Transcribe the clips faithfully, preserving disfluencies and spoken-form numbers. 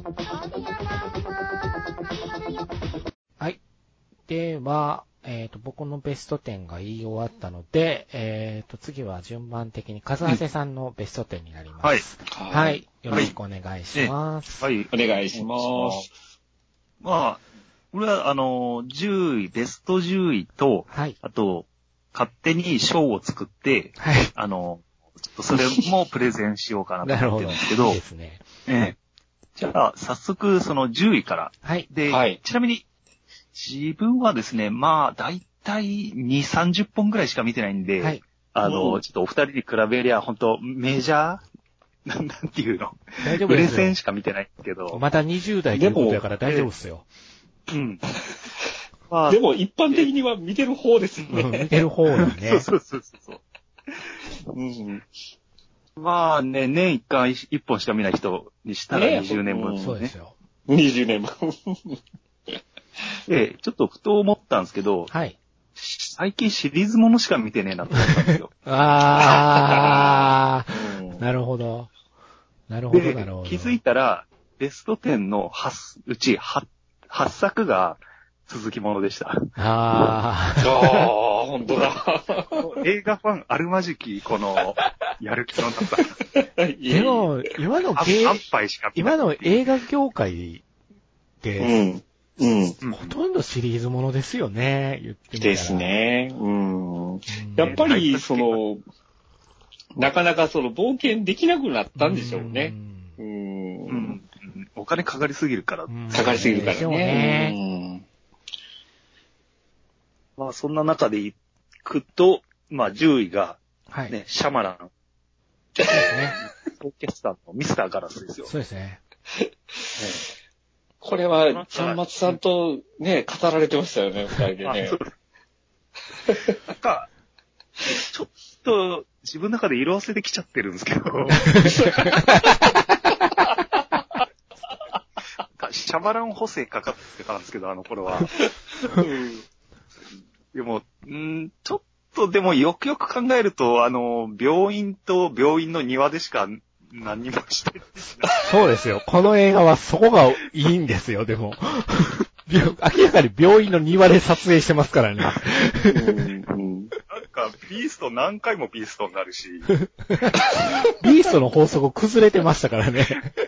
はい。では、えっと、僕のベストじゅうが言い終わったので、えっと、次は順番的に、カズハセさんのベストじゅうになります。はい。はい。よろしくお願いします。 はい。はい、お願いします。まあ、俺は、あの、じゅうい、ベストじゅういと、はい。あと、勝手に賞を作って、はい。あの、ちょっとそれもプレゼンしようかなと思ってるんですけど、 いいですね。 ええ。じゃあ、早速、そのじゅういから。はい。で、はい、ちなみに、自分はですね、まあ、だいたいに、さんじゅっぽんぐらいしか見てないんで、はい。あの、ちょっとお二人に比べりゃ、本当メジャーな, なんていうの大丈夫ですよ。売れ線しか見てないけど。 またにじゅう代ということやから大丈夫っすよ。 うん。まあ、でも一般的には見てる方ですよね。 うん、見てる方にね。 そうそうそうそう。うん。まあね、年一回一本しか見ない人にしたらにじゅうねんぶん、ね。 そうですよ。 にじゅうねんぶん。 で、ちょっとふと思ったんですけど、はい。最近シリーズものしか見てねえなと思ったんですよ。 あー、なるほど。なるほど、なるほど。 気づいたら、ベストじゅうのはちうち 8, 8作が続きものでした。 あー。 あー、ほんとだ。 映画ファンあるまじき、この、やる気のなさ。 でも、今の芸、今の映画業界で、うんうん、ほとんどシリーズものですよね、言ってみたら。 ですね。うん。やっぱり、その、なかなかその冒険できなくなったんでしょうね。うん。 うん。お金かかりすぎるから。 かかりすぎるからね。 ねうんまあそんな中でいくと、まあじゅういが、はい、ね、シャマラン。 そうですね。 オーケストラのミスターガラスですよ。 そうですね。 ねこれは、ちゃんまつさんとね、語られてましたよね、二人でね。 なんか、ちょっと自分の中で色あせてきちゃってるんですけど。シャマラン補正かかってたんですけど、あの頃は。うん、でも、んちょっとでもよくよく考えると、あの、病院と病院の庭でしか何にもしてない。 そうですよ。この映画はそこがいいんですよ、でも。明らかに病院の庭で撮影してますからね。 うんうん、なんか、ビースト何回もビーストになるし。 ビーストの法則崩れてましたからね。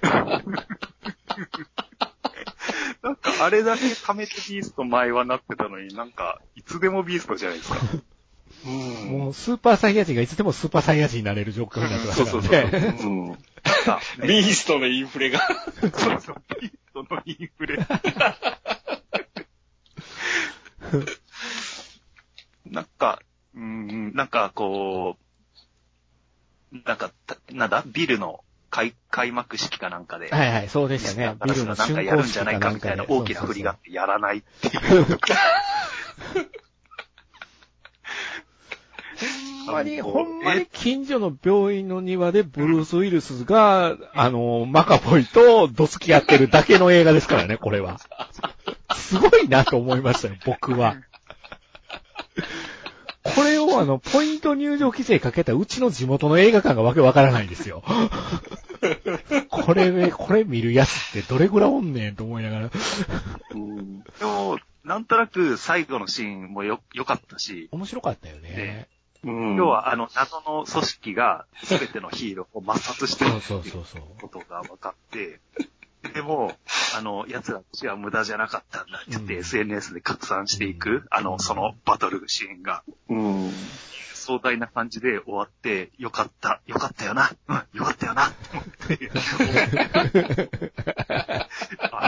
なんか、あれだけ貯めてビースト前はなってたのに、なんか、いつでもビーストじゃないですか。 うん、もう、スーパーサイヤ人がいつでもスーパーサイヤ人になれる状況になってますからね。そうそうそうそう、うんね、ビーストのインフレが。 そうそう、ビーストのインフレ。なんか、うん、なんかこう、なんか、なんだ、ビルの開、開幕式かなんかで。 はいはい、そうでしたね。 ビルのなんかやるんじゃないかみたいな大きな振りがあってやらないっていう。 ほんまに、ほんまに近所の病院の庭でブルース・ウィルスが、あの、マカボイとドツキ合ってるだけの映画ですからね、これは。すごいなと思いましたよ、僕は。これをあの、ポイント入場規制かけたうちの地元の映画館がわけわからないんですよ。これ、これ見るやつってどれぐらいおんねんと思いながら。 うん、でも、なんとなく最後のシーンもよ、良かったし。 面白かったよね。ねうん、要は、あの、謎の組織が全てのヒーローを抹殺してるっていうことが分かって、でも、あの、奴らたちは無駄じゃなかったんだって言って、うん、エスエヌエス で拡散していく、うん、あの、そのバトルシーンが、うん、壮大な感じで終わって、よかった、よかったよな、うん、よかったよな、と思って。あ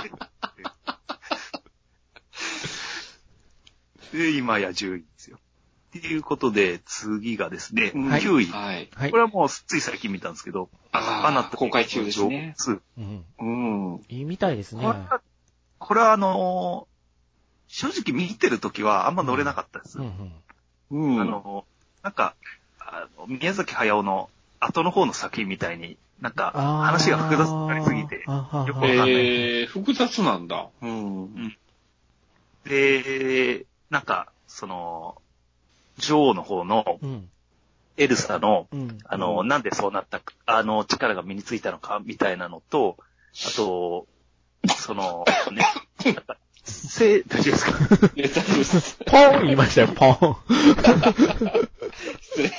で、今やじゅういですよ。っていうことで、次がですね、はい、きゅうい。はい。これはもうつい最近見たんですけど、 あアナと公開中ですね。 うん。うん。いいみたいですね。 これは、これはあのー、正直見てるときはあんま乗れなかったです。うん。うんうん、あのー、なんか、あの宮崎駿の後の方の作品みたいに、なんか、話が複雑になりすぎて、よくわかんない。 えー、複雑なんだ。うん。うん、 で、なんか、その、女王の方の、エルサの、うん、あの、うん、なんでそうなった、あの、力が身についたのか、みたいなのと、 あと、その、ね、なんか、せ、大丈夫ですか？ 大丈夫です。 ポーン言いましたよ、ポーン。 失礼。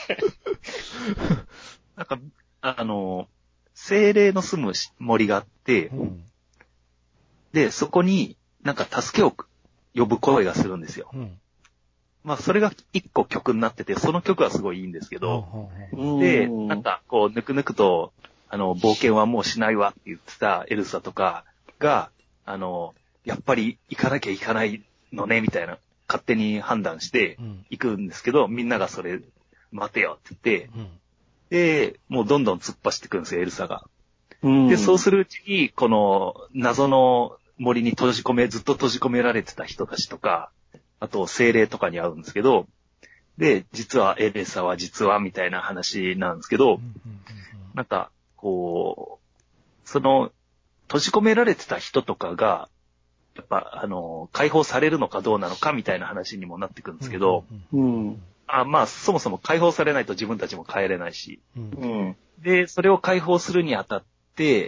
なんか、あの、精霊の住む森があって、 うん、 で、そこになんか助けを呼ぶ声がするんですよ。うん、まあ、それが一個曲になってて、その曲はすごいいいんですけど、うん、で、なんか、こう、ぬくぬくと、あの、冒険はもうしないわって言ってたエルサとかが、あの、やっぱり行かなきゃいかないのね、みたいな、勝手に判断して行くんですけど、うん、みんながそれ、待てよって言って、うん、で、もうどんどん突っ走ってくるんですよ、エルサが。うん、で、そうするうちに、この謎の森に閉じ込め、ずっと閉じ込められてた人たちとか、あと精霊とかに会うんですけど、で、実はエルサは実はみたいな話なんですけど、なんか、こう、その、閉じ込められてた人とかが、やっぱ、あの、解放されるのかどうなのかみたいな話にもなってくるんですけど、うんうん、あまあ、そもそも解放されないと自分たちも帰れないし、うん、で、それを解放するにあたって、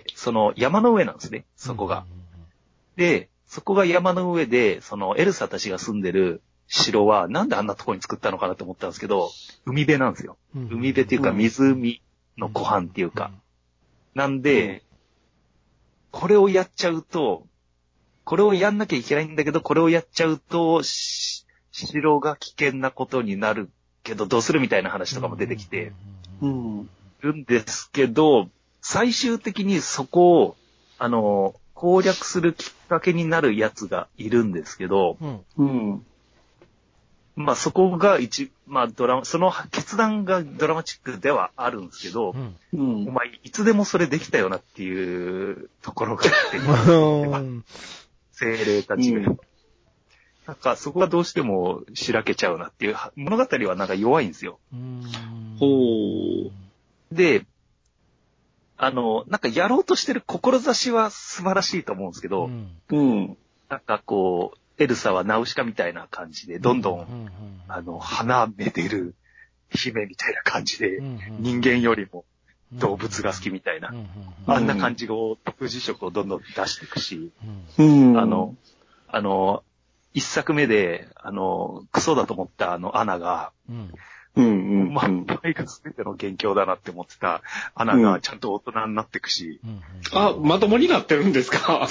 その山の上なんですね、そこが。で、そこが山の上で、そのエルサたちが住んでる城は、なんであんなところに作ったのかなと思ったんですけど、海辺なんですよ。海辺っていうか湖の湖畔っていうか。なんで、これをやっちゃうと、これをやんなきゃいけないんだけど、これをやっちゃうと、城が危険なことになるけど、どうするみたいな話とかも出てきて、うん、るんですけど、最終的にそこを、あの、攻略するきっかけになるやつがいるんですけど、うん、まあそこが一、まあドラマ、その決断がドラマチックではあるんですけど、うん、お前いつでもそれできたよなっていうところがあって、精霊たちが、うん。なんかそこがどうしてもしらけちゃうなっていう、物語はなんか弱いんですよ。ほう。で、あの、なんかやろうとしてる志は素晴らしいと思うんですけど、うん。なんかこう、エルサはナウシカみたいな感じで、どんどん、うん、あの、花めでる姫みたいな感じで、うん、人間よりも動物が好きみたいな、うん、あんな感じを、特殊色をどんどん出していくし、うん、あの、あの、一作目で、あの、クソだと思ったあのアナが、うんうんうん、まあ、バイが全ての元凶だなって思ってたアナがちゃんと大人になっていくし、うんうん、 あ、まともになってるんですか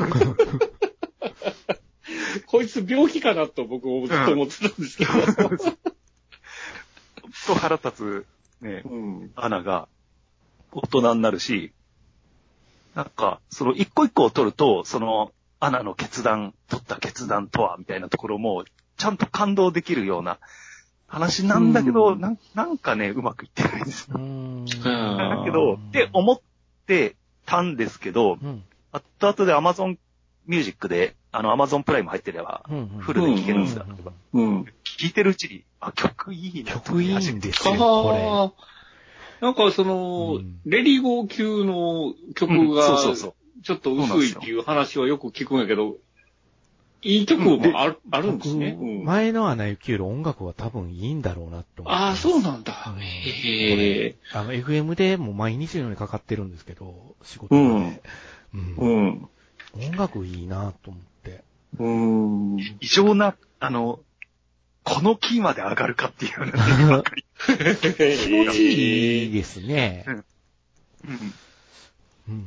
こいつ病気かなと僕ずっと思ってたんですけど。うん、 と腹立つね、うん、アナが大人になるし、なんか、その一個一個を取ると、そのアナの決断、取った決断とは、みたいなところも、ちゃんと感動できるような話なんだけど、うん、な, なんかね、うまくいってないんですよ。うんだけど、って思ってたんですけど、うん、後々で Amazon Music で、あの Amazon プライム入ってれば、フルで聴けるんですよ。うんうん、聴いてるうちに、あ、曲いいな。 曲いいんですよ、これ。なんかその、うん、レディーゴー級の曲が、そうそうそうちょっと薄いっていう話はよく聞くんやけど、いい曲もある、あるんですね。 前のアナ雪より音楽は多分いいんだろうなって思って。 ああ、そうなんだ。へえ。あの、エフエム でもう毎日のようにかかってるんですけど、仕事で。うん。うん。音楽いいなと思って。 うん。異常な、あの、このキーまで上がるかっていうようなばっかり。 気持ちいいですね。うん。うん。 うんうん、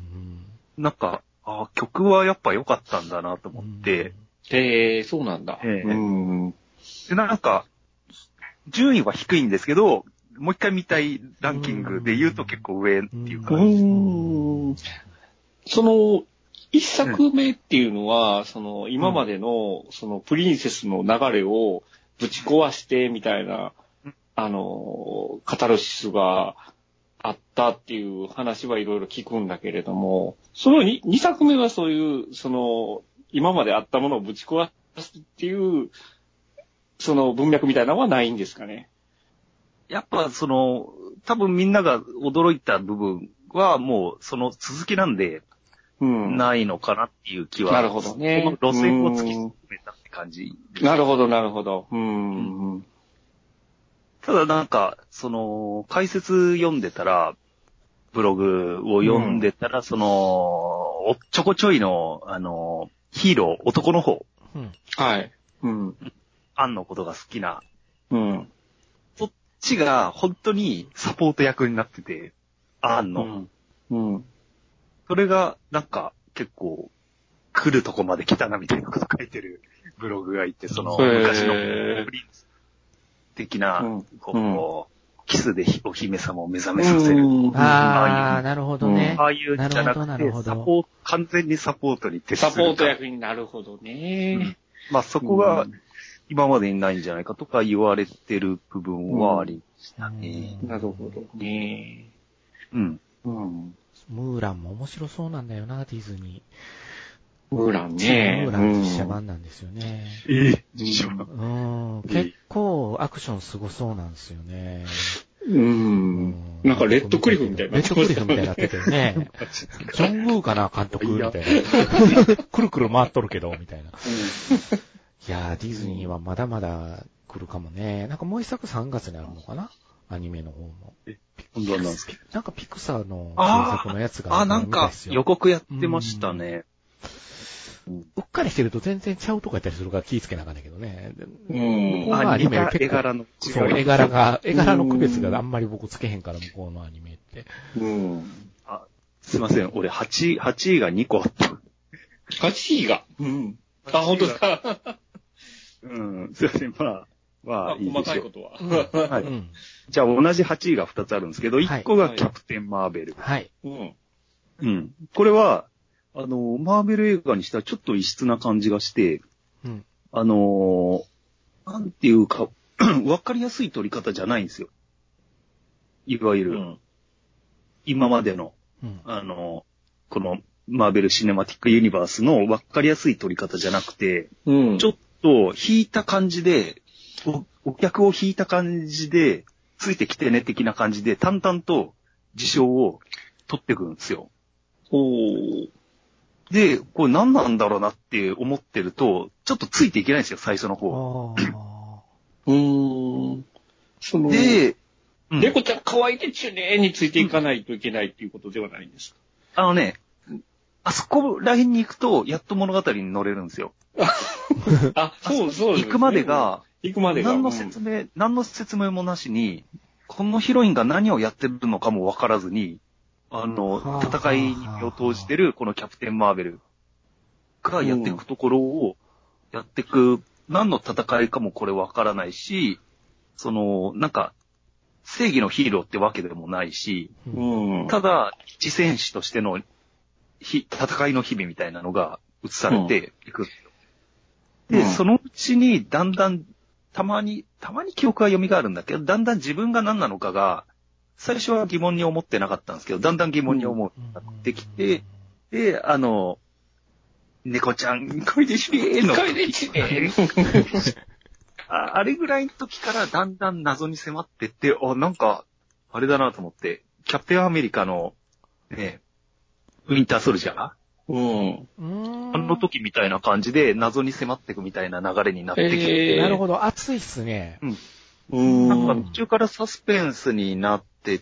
なんか、あ、曲はやっぱ良かったんだなと思って。 へえー、そうなんだ。へえー。うん。 で、なんか、順位は低いんですけど、もう一回見たいランキングで言うと結構上っていう感じ。うん。 その、一作目っていうのは、うん、その、今までの、その、プリンセスの流れをぶち壊してみたいな、うん、あの、カタルシスが、あったっていう話はいろいろ聞くんだけれども、その 2, 2作目はそういう、その、今まであったものをぶち壊すっていう、その文脈みたいなのはないんですかね。 やっぱその、多分みんなが驚いた部分はもうその続きなんで、うん、ないのかなっていう気は。 なるほどね。 この路線を突き進めたって感じ。 なるほど、なるほど。うん、うんただなんか、その、解説読んでたら、 ブログを読んでたら、うん、その、ちょこちょいの、あの、ヒーロー、男の方。 うん、はい。うん。 アンのことが好きな。 うん。 そっちが本当にサポート役になってて、アンの。 うん。うん。 それが、なんか、結構、来るとこまで来たなみたいなこと書いてるブログがいて、その、昔のプリンス的な、うん、こう、キスでお姫様を目覚めさせる。 ああ、なるほどね。 ああいうんじゃなくて、サポート、完全にサポートに徹する。 サポート役になるほどね。 うん、まあそこが今までにないんじゃないかとか言われてる部分はありましたね。 なるほどね。 うん。 うん。 ムーランも面白そうなんだよな、ディズニー。 ムーランね。 ムーラン実写版なんですよね。 ええ、実写版。 うん。結構アクションすごそうなんですよね。 うん。なんかレッドクリフみたいな。 レッドクリフみたいになっててね。ジョン・ウーかな、監督みたいな。くるくる回っとるけど、みたいな。いやー、ディズニーはまだまだ来るかもね。なんかもう一作さんがつにあるのかな、アニメの方も。 え、今度は何ですか？ なんかピクサーの制作のやつがああ、なんか予告やってましたね。 うん、うっかりしてると全然ちゃうとかやったりするから気ぃつけなあかんだけどね。 うん。 向こうのアニメ結構、 絵柄のそう、絵柄が、絵柄の区別があんまり僕つけへんから、向こうのアニメって。 うん。 あ、すいません。俺はち、はちいがにこあった。 はちいがうん。あ、本当だ。 うん。すいません。まあ、まあ、いいでしょう。 細かいことは。 はい。うん、じゃあ同じはちいがふたつあるんですけど、いっこがキャプテン・マーベル。 はい。 うん。 うん。これは、あの、マーベル映画にしたらちょっと異質な感じがして、 うん、 あの、なんていうか、わかりやすい撮り方じゃないんですよ。いわゆる、うん、今までの、 うん、 あの、このマーベル・シネマティック・ユニバースのわかりやすい撮り方じゃなくて、 うん、 ちょっと引いた感じでお、お客を引いた感じで、ついてきてね的な感じで、淡々と事象を撮ってくるんですよ。 おー。 で、これ何なんだろうなって思ってると、ちょっとついていけないんですよ、最初の方。 うーん。その、 で、 猫ちゃん可愛いでちゅねーについていかないといけないっていうことではないんですか、 うん、あのね、あそこら辺に行くと、やっと物語に乗れるんですよ。 あ、そうそう、 ね。行くまでが、 行くまでが。 何の説明、うん、何の説明もなしに、このヒロインが何をやってるのかもわからずに、あの、戦いに身を投じてる、このキャプテン・マーベルがやっていくところを、やっていく、何の戦いかもこれわからないし、その、なんか、正義のヒーローってわけでもないし、 うん、 ただ、一戦士としてのひ戦いの日々みたいなのが映されていく。うん、で、そのうちにだんだん、たまに、たまに記憶が蘇るんだけど、だんだん自分が何なのかが、最初は疑問に思ってなかったんですけど、だんだん疑問に思ってきて、で、あの、猫ちゃん、恋でしねーの。 恋でしねーあ。あれぐらいの時からだんだん謎に迫ってって、あ、なんか、あれだなと思って、キャプテンアメリカの、ね、ウィンターソルジャーうん。 あの時みたいな感じで謎に迫っていくみたいな流れになってきて。 えー、なるほど、熱いっすね。 うん。うんなんか途中からサスペンスになってって、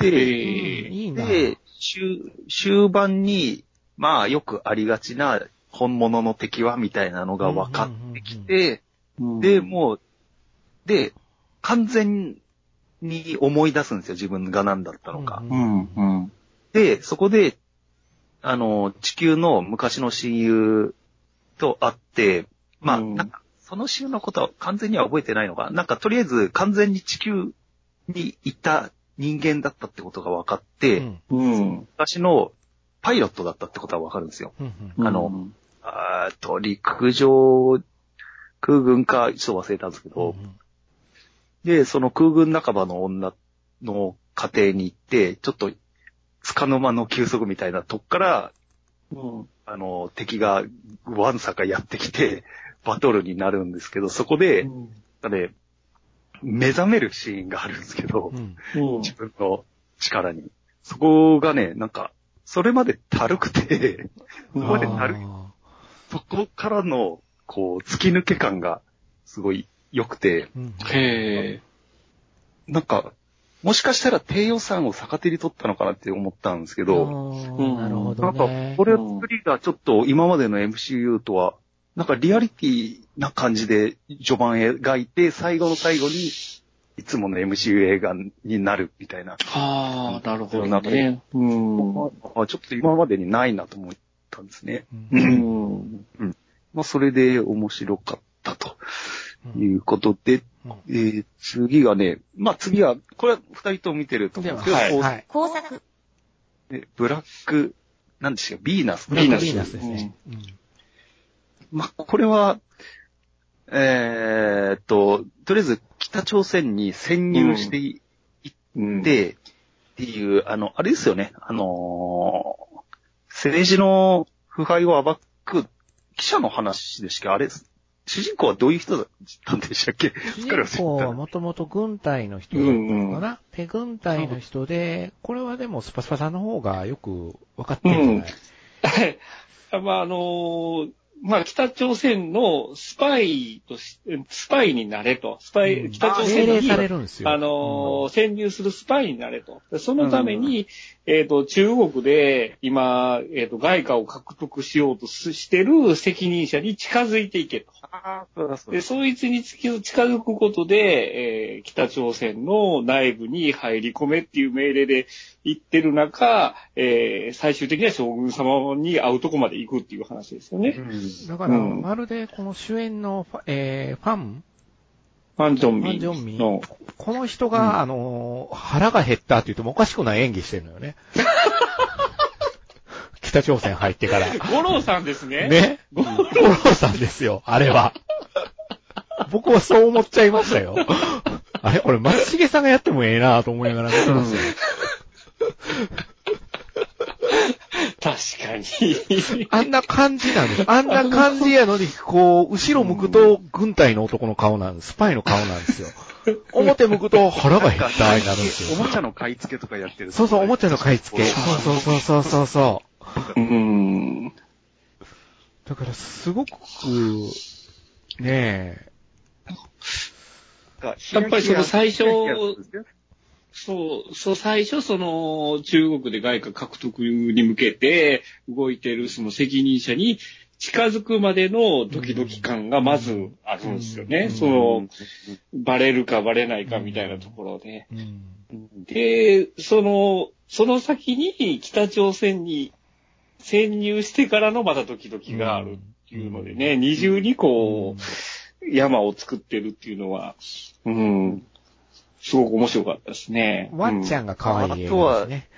えー、いいなで終、終盤に、まあよくありがちな本物の敵はみたいなのが分かってきて、 うんうんうん、 で、もう、で、完全に思い出すんですよ、自分が何だったのか。 うんうん、 で、そこで、あの、地球の昔の親友と会って、まあ、うん、なんか、その週のことは完全には覚えてないのか。なんか、とりあえず完全に地球にいた人間だったってことが分かって、 うん、 昔のパイロットだったってことは分かるんですよ。 うん、 あの、あーと、陸上、空軍か、ちょっと忘れたんですけど、うん、で、その空軍半ばの女の家庭に行って、ちょっと、束の間の休息みたいなとこから、 うん、 あの、敵がわんさかやってきて、バトルになるんですけど、そこで、うん、ね、目覚めるシーンがあるんですけど、 うん、 自分の力に。そこがね、なんか、それまでたるくて、そこまでたるい。そこからの、こう、突き抜け感がすごい良くて、 へー。 なんか、 もしかしたら低予算を逆手に取ったのかなって思ったんですけど、 なるほどね。 なんか、これ作りがちょっと今までの エムシーユー とは、なんかリアリティな感じで序盤描いて、最後の最後に、いつもの エムシーユー 映画になるみたいな。 ああ、なるほどね。 うん。あ、ちょっと今までにないなと思ったんですね。 うん。 うん。まあ、それで面白かったということで、うん、えー、次がね、まあ、次は、これは二人とも見てると思うんですけど、はいはい、 工作。 ブラック、なんでしたっけ、ビーナス。 ビーナスですね。うん、 まあ、これは、えーっと、とりあえず北朝鮮に潜入していって、うん、っていう、あの、あれですよね、あのー、政治の腐敗を暴く記者の話でしたっけ、あれ、主人公はどういう人だったんでしたっけ。 主人公はもともと軍隊の人だったのかな。で、軍隊の人で、これはでもスパスパさんの方がよく分かってるんじゃない、 うん、まあ、あのー、まあ、北朝鮮のスパイとし、スパイになれと。スパイ、うん、北朝鮮に、 命令されるんですよ。 あのー、うん、潜入するスパイになれと。そのために、うん、えっ、ー、と、中国で今、えっ、ー、と、外貨を獲得しようとしてる責任者に近づいていけと。 あそうだそうだで、そいつに近づくことで、えー、北朝鮮の内部に入り込めっていう命令で言ってる中、えー、最終的には将軍様に会うとこまで行くっていう話ですよね。 うん、だから、うん、まるでこの主演の、えー、ファンファン・ジョンミン。 ファン・ジョンミン。この人が、うん、あの、腹が減ったって言ってもおかしくない演技してるのよね。北朝鮮入ってから。 五郎さんですね。 ね。五郎さんですよ、あれは。僕はそう思っちゃいましたよ。あれこれ松重さんがやってもええなぁと思いながら見てますよ。 確かに。 あんな感じなんです。あんな感じやのに、こう、後ろ向くと軍隊の男の顔なんです。スパイの顔なんですよ。表向くと腹が減ったになるんですよ。おもちゃの買い付けとかやってる。 そうそう、おもちゃの買い付け。そうそうそうそうそう。 うーん。 だからすごく、ねえ。 やっぱりその最初、そう、そう、最初その中国で外貨獲得に向けて動いてるその責任者に近づくまでのドキドキ感がまずあるんですよね。その、バレるかバレないかみたいなところで。で、その、その先に北朝鮮に潜入してからのまたドキドキがあるっていうのでね、二重にこう、山を作ってるっていうのは、うん、すごく面白かったですね。 ワンちゃんが可愛い映画ですね。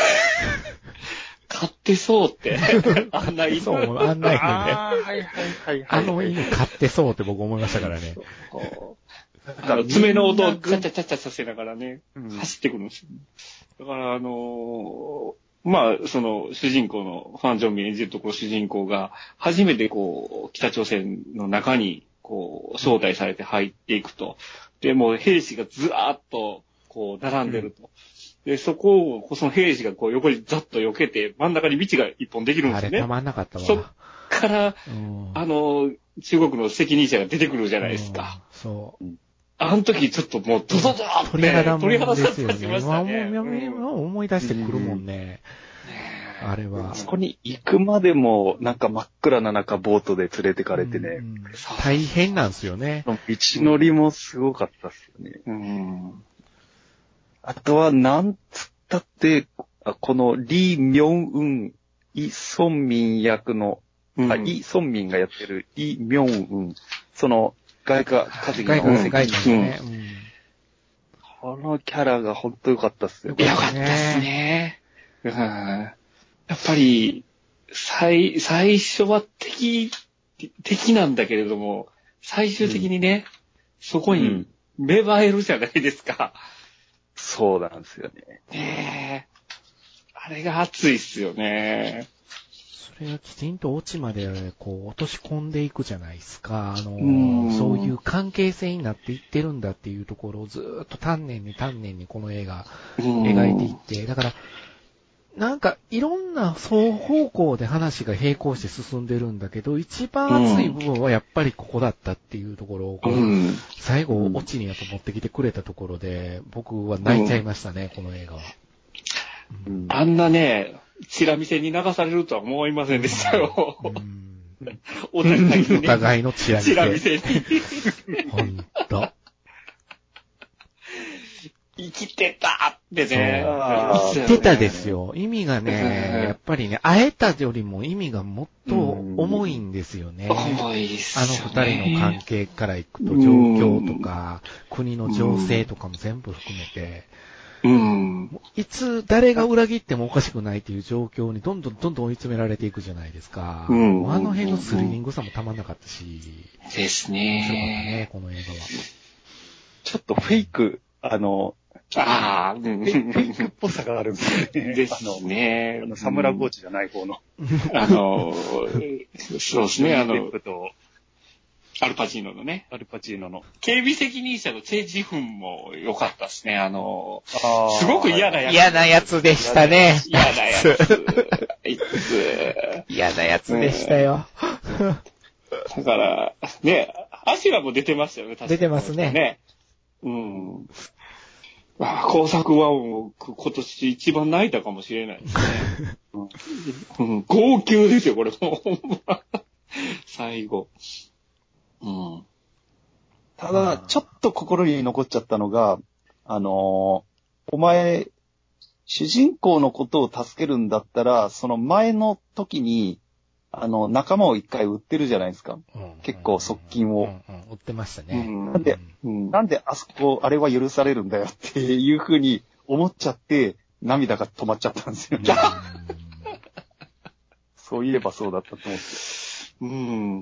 飼ってそうって。あんな犬。 そう、あんな犬ね。 あはいはいはい、はい。 あの犬飼ってそうって僕思いましたからね。 あの爪の音をチャチャチャチャさせながらね、うん、走ってくるんですよ。だからあのー、まあ、その、主人公のファン・ジョンミン演じるところ主人公が、初めてこう、北朝鮮の中に、こう、招待されて入っていくと。で、もう兵士がずらーっと、こう、並んでると。うん、で、そこを、その兵士がこう、横にザッと避けて、真ん中に道が一本できるんですよね。 あれ、たまんなかったわ。 そっから、うん、あの、中国の責任者が出てくるじゃないですか。 うん、そう。 あの時ちょっともうドドドーって鳥肌鳥肌立ちましたね。 思い出してくるもんね。うん、あれは。 そこに行くまでもなんか真っ暗な中ボートで連れてかれてね。うん、 大変なんですよね。 道のりもすごかったですよね。うん、あとはなんつったって、このリー・ミョンウン、イ・ソンミン役の、うん、あ、イ・ソンミンがやってるリー・ミョンウン、その、外貨稼ぎの外貨ね。うん、 このキャラが本当良かったっすよ。 良かったっすね。うん、やっぱり、最、最初は敵、敵なんだけれども、最終的にね、うん、そこに芽生えるじゃないですか。うん、 そうなんですよね。 ねえ。あれが熱いっすよね。 それがきちんとオチまでこう落とし込んでいくじゃないですか。あの、そういう関係性になっていってるんだっていうところをずーっと丹念に丹念にこの映画描いていって、だから、 なんか、いろんな双方向で話が並行して進んでるんだけど、一番熱い部分はやっぱりここだったっていうところを、うん、最後、オチにやっぱ持ってきてくれたところで、僕は泣いちゃいましたね、うん、この映画は。 うん、あんなね、チラ見せに流されるとは思いませんでしたよ。うん、お互いに、ね、 お互いのチラ見せ。 チラ見せに。 ほんと。 生きてたってね。 生きてたですよ。意味がね、やっぱりね、会えたよりも意味がもっと重いんですよね。 重いっすよね。 あの二人の関係からいくと、状況とか、国の情勢とかも全部含めて、うん、いつ誰が裏切ってもおかしくないという状況にどんどんどんどん追い詰められていくじゃないですか。うん、あの辺のスリリングさもたまんなかったし。 ですね。 面白かったね、この映画は。 ちょっとフェイク、あの、 ああ、 フェイクっぽさがあるんですよね。 ですね。 あの、サムラゴーチじゃない方の。 あの、そうですね、あの、アルパチーノのね。 アルパチーノの。 警備責任者のチェ・ジフンも良かったですね。あの、あすごく嫌なやつ。 嫌なやつでしたね。 嫌なやつ。 嫌なやつでしたよ。 だから、ね、アシュラも出てましたよね、確かに。 出てますね。 ね。うん。ああ、工作は今年一番泣いたかもしれないですね。うん、号泣ですよ、これもう。ほんま最後。うん。 ただ、ちょっと心に残っちゃったのが、あのー、お前、主人公のことを助けるんだったら、その前の時に、あの、仲間を一回売ってるじゃないですか。うん、結構側近を、うんうん。 売ってましたね。 うん、なんで、うん、なんであそこ、あれは許されるんだよっていうふうに思っちゃって、涙が止まっちゃったんですよね。そういえばそうだったと思って。 うん、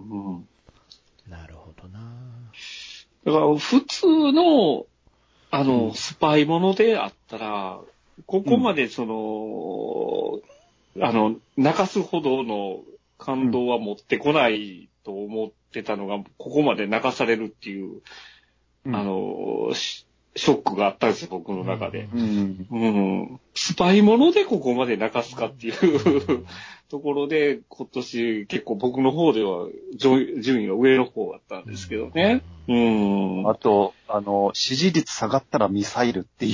うん。 なるほどな。 だから普通の、あの、うん、スパイものであったら、ここまでその、うん、あの、泣かすほどの感動は持ってこないと思ってたのが、ここまで泣かされるっていう、うん、あの、ショックがあったんですよ、僕の中で。うんうん、スパイものでここまで泣かすかっていう、うん、ところで、今年結構僕の方では順位が上の方だったんですけどね。うん。 あと、あの、支持率下がったらミサイルっていう。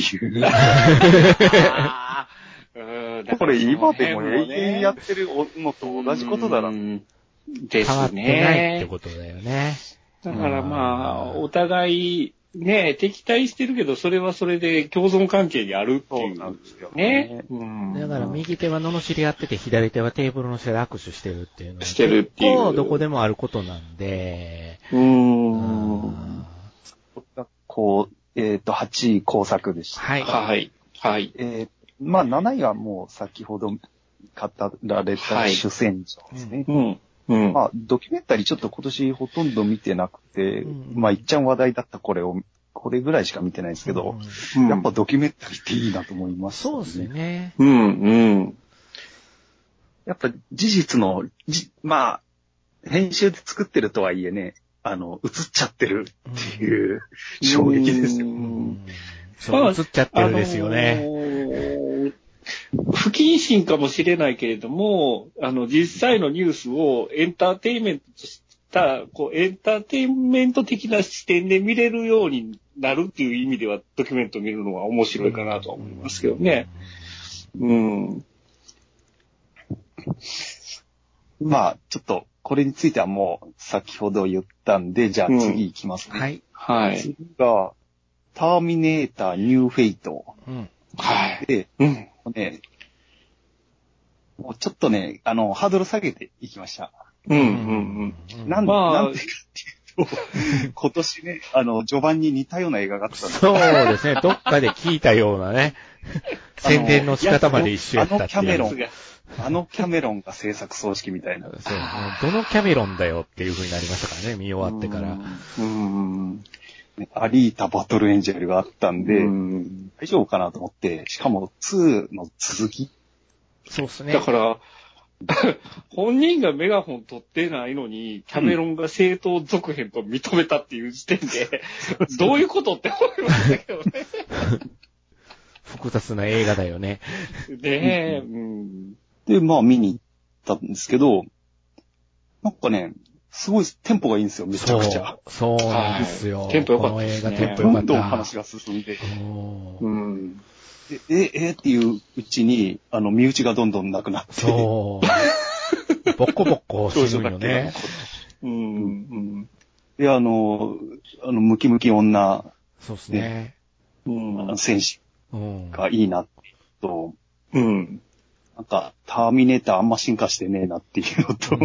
あうんこれ今でも永遠やってるのと同じことだな。 ですね。 変わってないってことだよね。 だからまあ、お互い、ね、敵対してるけど、それはそれで共存関係にあるっていう。そうなんですよね。 うん、だから右手は罵り合ってて、左手はテーブルの下で握手してるっていうのは。 してるっていう。 どこでもあることなんで。 うーん。うんこう、えっ、ー、と、はちい工作でした。 はい。はい。はい。 えー、まあ、なないはもう先ほど語られた主戦場ですね。はい、うんうん、まあ、ドキュメンタリーちょっと今年ほとんど見てなくて、うん、まあ、いっちゃん話題だったこれを、これぐらいしか見てないですけど、うん、やっぱドキュメンタリーっていいなと思います、 ね。そうですね。 うん、うん。 やっぱ事実の、じまあ、編集で作ってるとはいえね、あの、映っちゃってるっていう、うん、衝撃ですよ。うん、 そう、映っちゃってるですよね。あのー不謹慎かもしれないけれども、あの、実際のニュースをエンターテインメントとした、こう、エンターテインメント的な視点で見れるようになるっていう意味では、ドキュメントを見るのは面白いかなとは思いますけどね。うん。 まあ、ちょっと、これについてはもう、先ほど言ったんで、じゃあ次行きますね。 うん、はい。 はい。 次が、ターミネーターニューフェイト。 うん。はい。 で、うん。ね、もうちょっとね、あの、ハードル下げていきました。 うんうんうん。 なんで、まあ、なんでかっていうと、今年ね、あの、序盤に似たような映画があったんですそうですね、どっかで聞いたようなね、宣伝の仕方まで一緒やったっていう。 あのキャメロン、あのキャメロンが制作葬式みたいな。そうね、どのキャメロンだよっていう風になりましたからね、見終わってから。 うん。うんアリータバトルエンジェルがあったんで、うん大丈夫かなと思って、しかもにの続きそうですね。 だから、本人がメガホン取ってないのに、キャメロンが正当続編と認めたっていう時点で、うん、どういうことって思いましたけどね。 複雑な映画だよね。 で、うん、 で、まあ見に行ったんですけど、なんかね、すごいテンポがいいんですよ、めちゃくちゃ。 そう、そうなんですよ。 はい、テンポ良かったですね。 この映画テンポ良かった。どんどん話が進んで。うん、でえ、え、っていううちに、あの、身内がどんどんなくなって。 そう。ボッコボッコ死ぬよね。 うん、うん。で、あの、あの、ムキムキ女。 そうですね。 うん、戦士がいいな、と。うん。なんか、ターミネーターあんま進化してねえなっていうのと。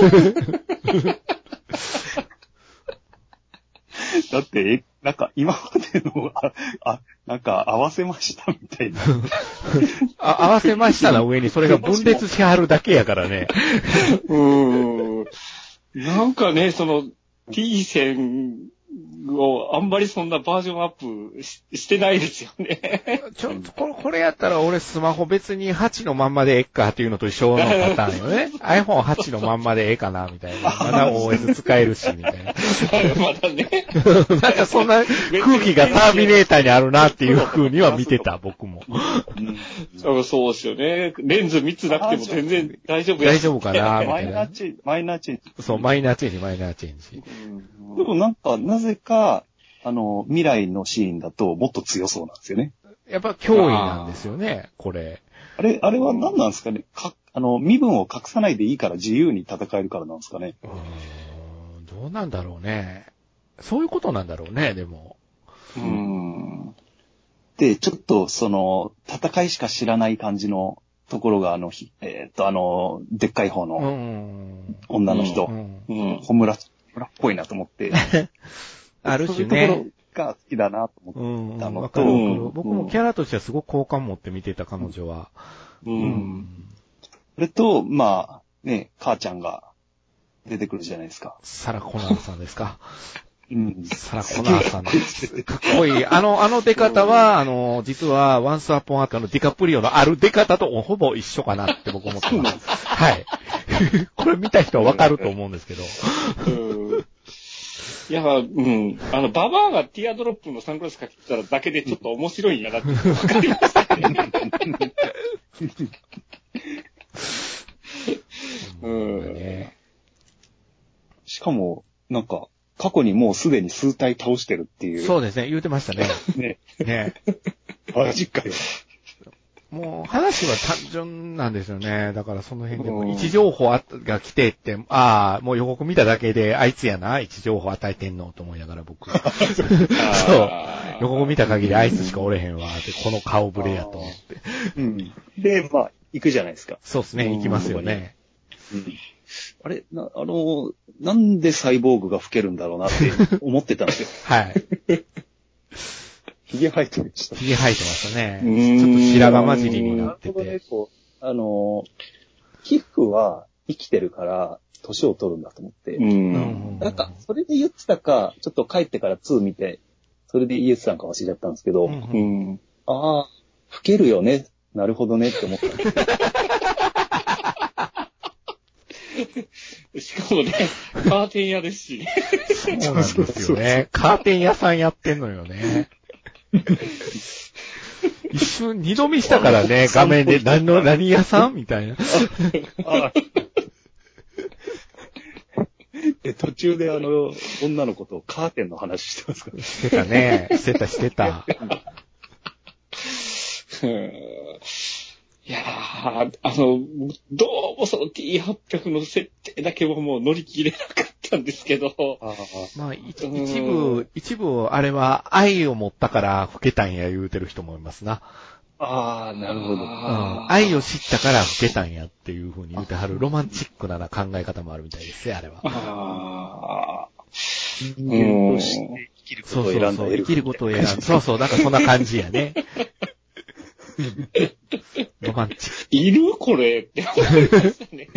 だって、なんか今までの、あ、あなんか合わせましたみたいな。 あ合わせましたの上にそれが分裂しはるだけやからね。 うーん。なんかね、その T 線をあんまりそんなバージョンアップ し, してないですよね。 ちょっとこれ、これやったら俺スマホ別にはちのまんまでええかっていうのと一緒のパターンよね。アイフォンはち のまんまでええかなみたいな。まだ オーエス 使えるしみたいな。 まだね。 なんかそんな空気がターミネーターにあるなっていう風には見てた、僕も。 うん、そうですよね。レンズみっつなくても全然大丈夫や。 大丈夫かなみたいな。 マイナーチェンジ。マイナーチェンジ。 そう、マイナーチェンジ、マイナーチェンジ。 うん、でもなんか、なぜか、あの、未来のシーンだともっと強そうなんですよね。 やっぱ脅威なんですよね、これ。 あれ、あれは何なんですかね。か、あの、身分を隠さないでいいから自由に戦えるからなんですかね。 うーん、どうなんだろうね。そういうことなんだろうね、でも。 うーん。で、ちょっと、その、戦いしか知らない感じのところが、あの、えー、っと、あの、でっかい方の女の人、うんうん、ホムラ、ホムラっぽいなと思って。 ある種ね。 そういうところが好きだなと思ったのと、うんうん、 僕もキャラとしてはすごく好感持って見てた彼女は。 うん。うん、それと、まあ、ね、母ちゃんが出てくるじゃないですか。 サラ・コナーさんですか。 うん。 サラ・コナーさんです。かっこいい。あの、あの出方は、あの、実は、ワンスアポンアートのディカプリオのある出方とほぼ一緒かなって僕思ってます。はい。これ見た人はわかると思うんですけど。 うんいや、うん。あの、ババアがティアドロップのサングラスかけてただけでちょっと面白いんやなって分かりましたね。 うんね、しかも、なんか、過去にもうすでに数体倒してるっていう。 そうですね、言うてましたね。 ね。 ね。 マジかよ。 もう話は単純なんですよね。だからその辺でも位置情報が来てって、ああ、もう予告見ただけであいつやな、位置情報与えてんのと思いながら僕。そう。予告見た限りあいつしかおれへんわって、この顔ぶれやと思って。 うん。で、まあ、行くじゃないですか。 そうですね、行きますよね。 うん。あれ、な、あの、なんでサイボーグが吹けるんだろうなって思ってたんですよ。 はい。 髭生えてました。 髭生えてましたね。ちょっと白髪混じりになってて。 ね、こうあの、皮膚は生きてるから、年を取るんだと思って。うん。なんか、それで言ってたか、ちょっと帰ってからツー見て、それで言ってたのか忘れちゃったんですけど、うん、うん、ああ、吹けるよね。なるほどねって思ったんですよ。 しかもね、カーテン屋ですし。 そうなんですよね。カーテン屋さんやってんのよね。一瞬二度見したからね、画面で何の、何屋さんみたいな。 で、途中であの、女の子とカーテンの話してますから。 してたね。してた、してた。 いやー、あの、どうもその ティーはっぴゃく の設定だけはもう乗り切れなかったんですけど。 あまあ、一部、一部、あれは愛を持ったから老けたんや言うてる人もいますな。 ああ、なるほど、うん。 愛を知ったから老けたんやっていう風に言うてはるロマンチックな考え方もあるみたいですね、あれは。ああ。 人間として生きることを選んだ。 そうそうそう、生きることを選んだ。そうそう、なんかそんな感じやね。ロマンチック。 いるこれって思いましたね。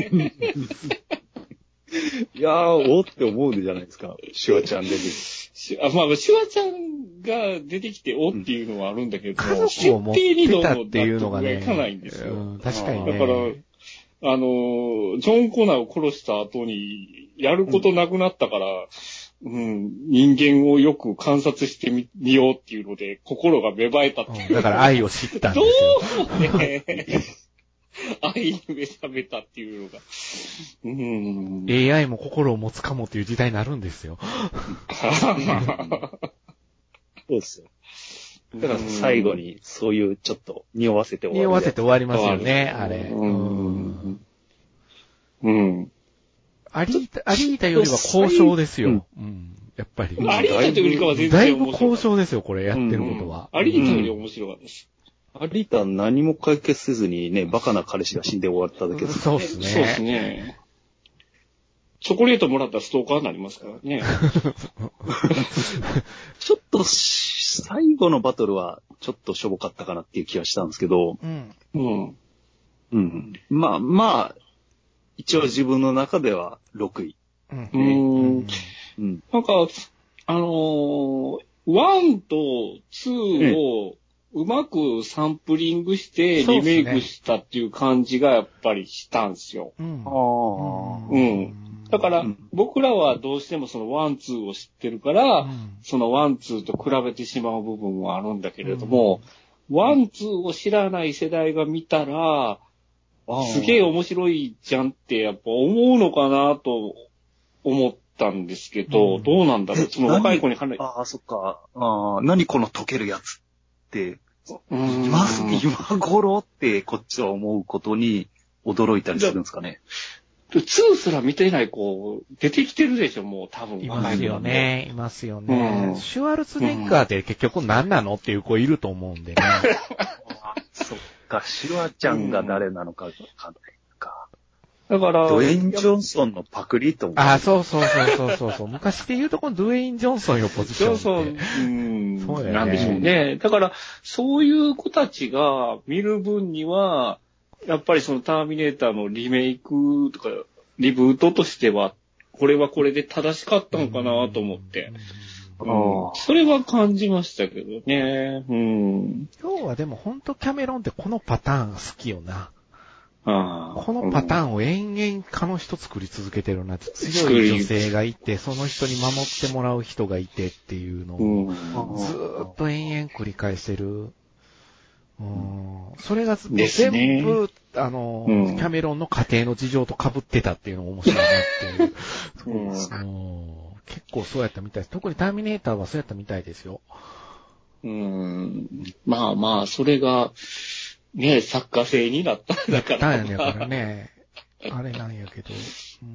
いやー、おって思うじゃないですか。シュワちゃん出てきて。あ、まあ、シュワちゃんが出てきておっていうのはあるんだけど、 うん、設定理論のっていうのがね、 いかないんですよ。 うん、確かにね。 だから、あの、ジョン・コナーを殺した後に、やることなくなったから、 うん、人間をよく観察してみ、みようっていうので、心が芽生えたっていう、 うん。だから愛を知ったんですよ。 どうね。愛に目覚めたっていうのが。うん、 エーアイ も心を持つかもっていう時代になるんですよ。 そうですよ。だから最後にそういうちょっと匂わせて終わる。 匂わせて終わりますよね、あれ。 うん。うん。 アリータ、アリータよりは交渉ですよ。うん。うん、やっぱり。 アリータよりかは全然だいぶ交渉ですよ、これ、やってることは。 うん、アリータより面白かったです。 アリータは何も解決せずにね、バカな彼氏が死んで終わっただけです、ね。 そうですね。 そうですね。チョコレートもらったらストーカーになりますからね。 ちょっと、最後のバトルはちょっとしょぼかったかなっていう気がしたんですけど。 うん。 うん。 うん。まあ、まあ、一応自分の中ではろくい。 うん。うんうん、なんか、あのー、ワンとツーをうまくサンプリングしてリメイクしたっていう感じがやっぱりしたんですよ。 うん。 ああ。うん。だから、僕らはどうしてもそのワン、ツーを知ってるから、うん、そのワン、ツーと比べてしまう部分はあるんだけれども、うん、ワン、ツーを知らない世代が見たら、すげえ面白いじゃんってやっぱ思うのかなと思ったんですけど、うん、どうなんだろう、その若い子に話ああ、そっか。ああ、何この溶けるやつって、今、今頃ってこっちは思うことに驚いたりするんですかね。 ツーすら見てない子、出てきてるでしょ、もう多分。 いますよね、いますよね。うん、シュワルツェネッガーって結局何なのっていう子いると思うんでね。 そっか、シュワちゃんが誰なのかわかんないか。 だから、 ドウェイン・ジョンソンのパクリと思う。 あ、そうそうそうそうそう。昔で言うとこのドウェイン・ジョンソンよ、ポジションって。 そうそう。うん。そうだよね。なんでしょうね。だから、そういう子たちが見る分には、やっぱりそのターミネーターのリメイクとか、リブートとしては、これはこれで正しかったのかなと思って。うん、それは感じましたけどね。うん、 今日はでも本当キャメロンってこのパターンが好きよな。 あこのパターンを延々かの人作り続けてるな。強い女性がいて、その人に守ってもらう人がいてっていうのを、ずーっと延々繰り返してる。うん、それが全部、ね、あの、うん、キャメロンの家庭の事情と被ってたっていうのが面白いなっていう。うんうん、結構そうやったみたいです。特にターミネーターはそうやったみたいですよ。 うん、まあまあ、それが、ね、作家性になったんだから。 なんやからね。あれなんやけど。うん、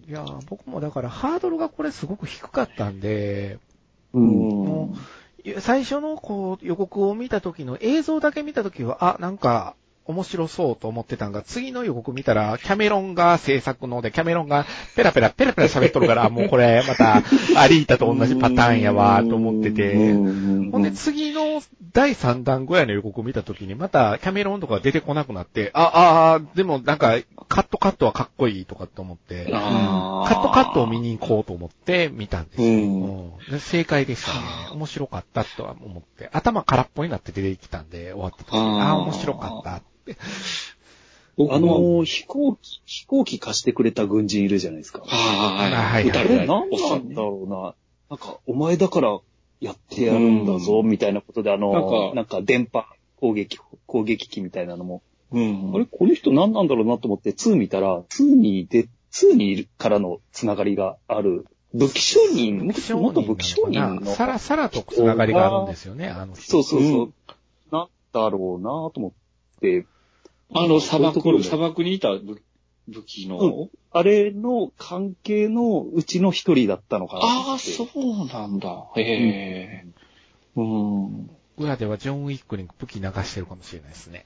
いや、僕もだからハードルがこれすごく低かったんで、 うん、 もう最初のこう予告を見た時の映像だけ見た時は、あ、なんか面白そうと思ってたんが、次の予告見たらキャメロンが制作ので、キャメロンがペラペラペラペラ喋っとるから、もうこれまたアリータと同じパターンやわと思ってて、ほんで次のだいさんだんぐらいの予告を見た時にまたキャメロンとか出てこなくなって、あ、あ、でもなんかカットカットはかっこいいとかって思って、カットカットを見に行こうと思って見たんですよ。うんうん、正解でしたね。面白かったとは思って、頭空っぽになって出てきたんで終わった時に、ああ、面白かったって。 あの、飛行機、飛行機貸してくれた軍人いるじゃないですか。 はいはい。 あれ、なんなんだろうな。なんか、お前だからやってやるんだぞ、みたいなことで、あの、なんか、なんか電波攻撃、攻撃機みたいなのも。 うん。 あれ、この人何なんだろうなと思ってツー見たら、ツーにで、ツーにからのつながりがある。武器商人、元武器商人の。 さらさらとつながりがあるんですよね、あの人。そうそうそう。うん、なんだろうなと思って。 あの砂漠、砂漠にいた武器の、うん、 あれの関係のうちの一人だったのかな。 ああ、そうなんだ。へえ。うん。うん、 裏ではジョン・ウィックに武器流してるかもしれないですね。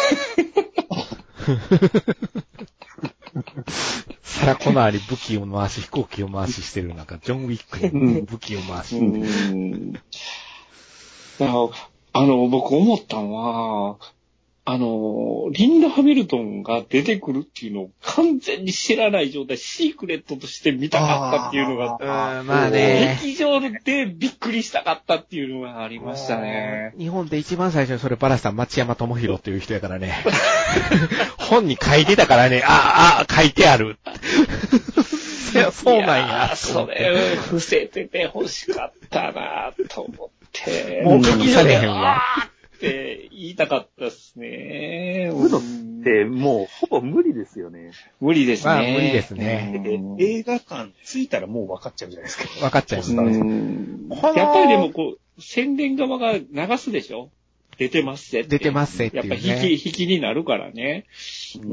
サラ・コナーに武器を回し、飛行機を回ししてる中、ジョン・ウィックに武器を回し。 うん。だからあの、僕思ったのは、あの、リンダ・ハミルトンが出てくるっていうのを完全に知らない状態、シークレットとして見たかったっていうのが、 あまあね、 劇場でびっくりしたかったっていうのがありましたね。 日本で一番最初にそれバラした町山智博っていう人やからね。本に書いてたからね、ああ、書いてある。 そうなんや。 それ、伏せてて欲しかったなと思って。 もう気にされへんわ。 って言いたかったっすね。 プロってもうほぼ無理ですよね。 無理ですね。 まあ無理ですね。 映画館着いたらもう分かっちゃうじゃないですか。 分かっちゃいますね。 やっぱりでもこう、宣伝側が流すでしょ？出てますせって。 出てますせっていう、ね。 やっぱ引き、引きになるからね。 うん、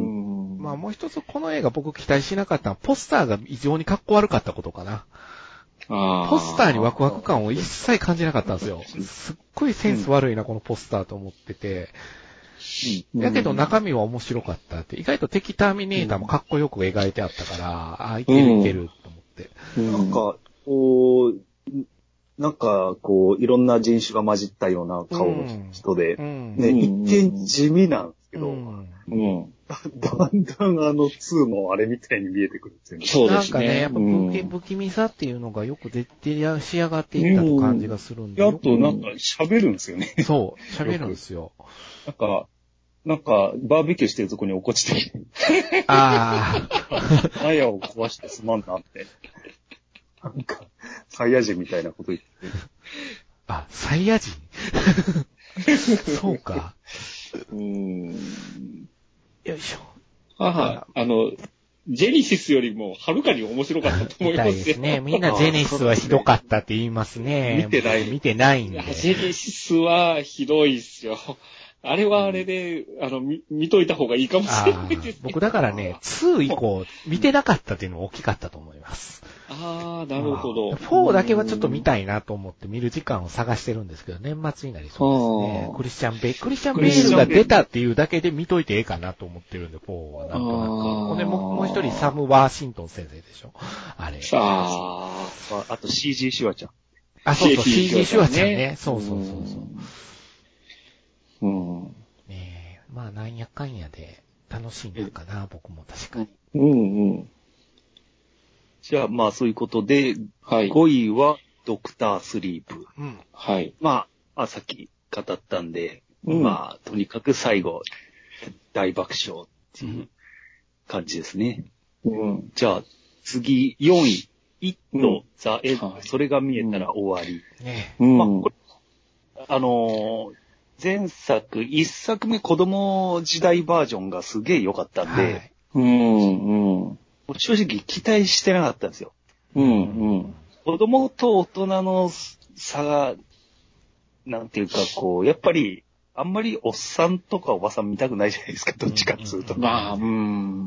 まあもう一つこの映画僕期待しなかったのはポスターが異常にかっこ悪かったことかな。ポスターにワクワク感を一切感じなかったんですよ。すっごいセンス悪いな、このポスターと思ってて。うん、だけど中身は面白かったって。意外と敵ターミネーターもかっこよく描いてあったから、ああ、いけるいけると思って。 うん、なんか、こう、なんか、こう、いろんな人種が混じったような顔の人で、うんね、うん、一見地味なんですけど、うんうんだんだんあのツーもあれみたいに見えてくるんですよね。 そうですね。なんかね、やっぱ不気、不気味さっていうのがよく出て仕上がっていったと感じがするんで。 あとなんか喋るんですよね。 そう、喋るんですよ。 なんか、なんか、バーベキューしてるとこに落っこちて。 ああ。あやを壊してすまんなって。なんか、サイヤ人みたいなこと言って。 あ、サイヤ人そうか。 うーん。 よいしょ。 ああ、あの、ジェニシスよりもはるかに面白かったと思いますよ。 ですね。みんなジェネシスはひどかったって言いますね。 見てない。 見てないんで。 ジェネシスはひどいっすよ。あれはあれで、うん、あの、見、見といた方がいいかもしれないです、ね。 僕だからね、に以降、見てなかったっていうのも大きかったと思います。 ああ、なるほど。 よんだけはちょっと見たいなと思って見る時間を探してるんですけど、年末になりそうですね。クリスチャン・ベイ、クリスチャン・ベイルが出たっていうだけで見といてええかなと思ってるんで、よんはなんとなく。ほんで、もう一人サム・ワーシントン先生でしょ。あれ。 ああ。あと シージー シュワちゃん。 あ、そうそう、シージー シュワちゃんね。そうそうそうそう。 うん。 ねえ、まあなんやかんやで楽しんだかな、僕も確かに。 うんうん。 じゃあまあそういうことで、はい、ごいはドクタースリープ。 うん。 はい。 まあ、あさっき語ったんで、うん、まあとにかく最後、大爆笑っていう感じですね。 うん。 じゃあ次よんい、イット、ザ・エッド、それが見えたら終わり。 うん、ねえ。まあこれ、あのー、前作、一作目子供時代バージョンがすげえ良かったんで、はい、 うんうん、 正直期待してなかったんですよ。 うんうん、 子供と大人の差が、なんていうかこう、やっぱり、あんまりおっさんとかおばさん見たくないじゃないですか、どっちかっつうと。 まあ、うん。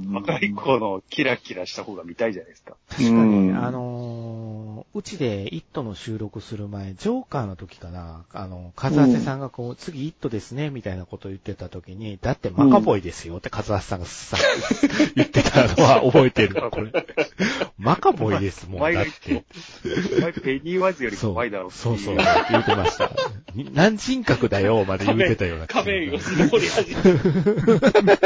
若い子のキラキラした方が見たいじゃないですか。 確かに、あのー、うちでイットの収録する前、ジョーカーの時かな、あの、カズアセさんがこう、うん、次イットですね、みたいなことを言ってた時に、だってマカボイですよってカズアセさんがさ、言ってたのは覚えてる。これ。マカボイですもん、だって。 お前ペニーワイズより怖いだろう。 そうそうそう、言ってました。何人格だよ、まで言ってたような。 壁を登り始める。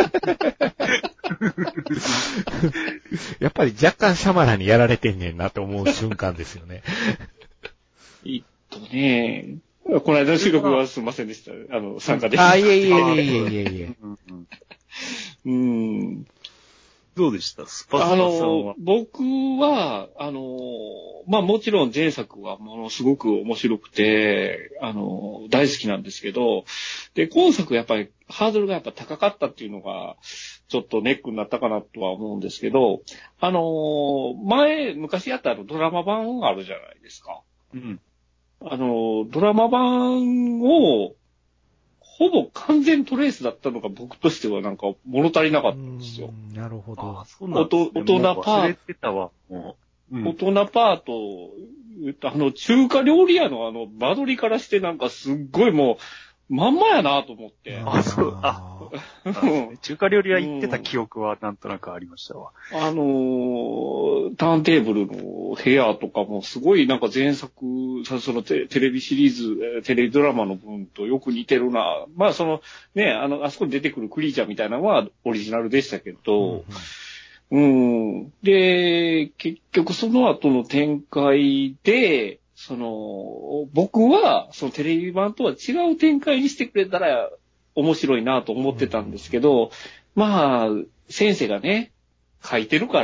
やっぱり若干シャマラにやられてんねんなと思う瞬間ですよね。 えっとね、この間の収録はすいませんでした。あの、参加で。 あ、いえいえいえいえいえいえ。 うん。 どうでしたスパスパさんは。あの、 僕は、あの、まあもちろん前作はものすごく面白くて、あの、大好きなんですけど、で、今作やっぱりハードルがやっぱ高かったっていうのが、ちょっとネックになったかなとは思うんですけど、あの、前、昔やったあのドラマ版があるじゃないですか。 うん。 あの、ドラマ版を、ほぼ完全トレースだったのが僕としてはなんか物足りなかったんですよ。 なるほど。 あ、そうなんですね。 大人パート。 うん、大人パート、あの、中華料理屋のあの、間取りからしてなんかすっごいもう、まんまやなと思って。 あ、そう、あ、中華料理屋行ってた記憶はなんとなくありましたわ。 うん、あのー、ターンテーブルの部屋とかもすごいなんか前作、そのテレビシリーズ、テレビドラマの分とよく似てるな。まあその、ね、あの、あそこに出てくるクリーチャーみたいなのはオリジナルでしたけど、うん、うん。で、結局その後の展開で、その、僕は、そのテレビ版とは違う展開にしてくれたら面白いなと思ってたんですけど、うん、まあ、先生がね、書いてるから、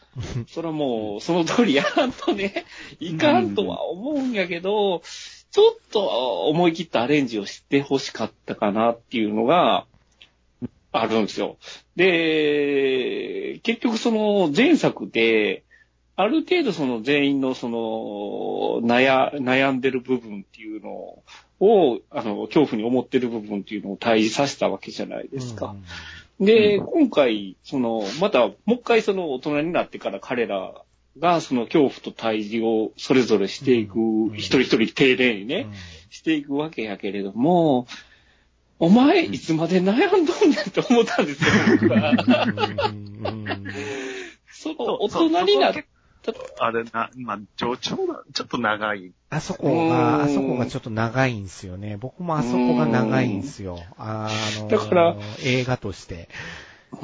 それはもう、その通りやらんとね、いかんとは思うんやけど、ちょっと思い切ったアレンジをしてほしかったかなっていうのがあるんですよ。で、結局その前作で、ある程度その全員のその悩、悩んでる部分っていうのを、あの、恐怖に思ってる部分っていうのを対峙させたわけじゃないですか。うん、で、うん、今回、その、またもう一回その大人になってから彼らがその恐怖と対峙をそれぞれしていく、うん、一人一人丁寧にね、うん、していくわけやけれども、お前いつまで悩んどんねんって思ったんですよ、僕は。その大人になって、 あれな、まあ、冗長だ、ちょっと長い。 あそこが、あそこがちょっと長いんですよね。僕もあそこが長いんですよ。あの、 だから、 映画として。 うん。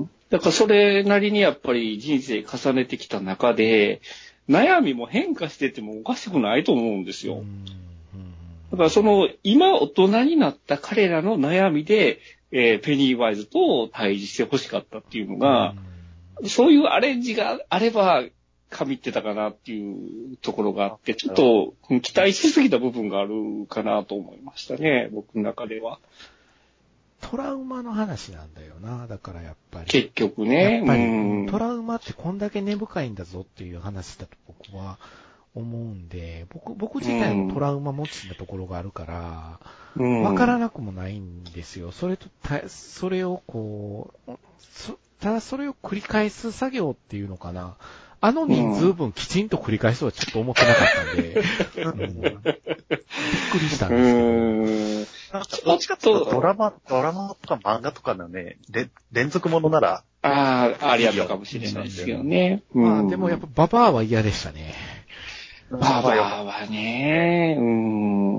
だからそれなりにやっぱり人生重ねてきた中で、悩みも変化しててもおかしくないと思うんですよ。だからその、今大人になった彼らの悩みで、えー、ペニーワイズと対峙してほしかったっていうのが、そういうアレンジがあれば、神ってたかなっていうところがあって、ちょっと期待しすぎた部分があるかなと思いましたね、僕の中では。 トラウマの話なんだよな、だからやっぱり。 結局ね。 やっぱり、うん、トラウマってこんだけ根深いんだぞっていう話だと僕は思うんで、僕、僕自体もトラウマ持ちなところがあるから、うん、わからなくもないんですよ。それと、それをこう、ただそれを繰り返す作業っていうのかな。あの人数分きちんと繰り返すとはちょっと思ってなかったんで、うん、びっくりしたんですけど。 なんかどっちかというとドラマ、ドラマとか漫画とかのね、連続ものなら。 ああ、ありやったかもしれないですよね。 まあでもやっぱババアは嫌でしたね。 ババアはね、うん。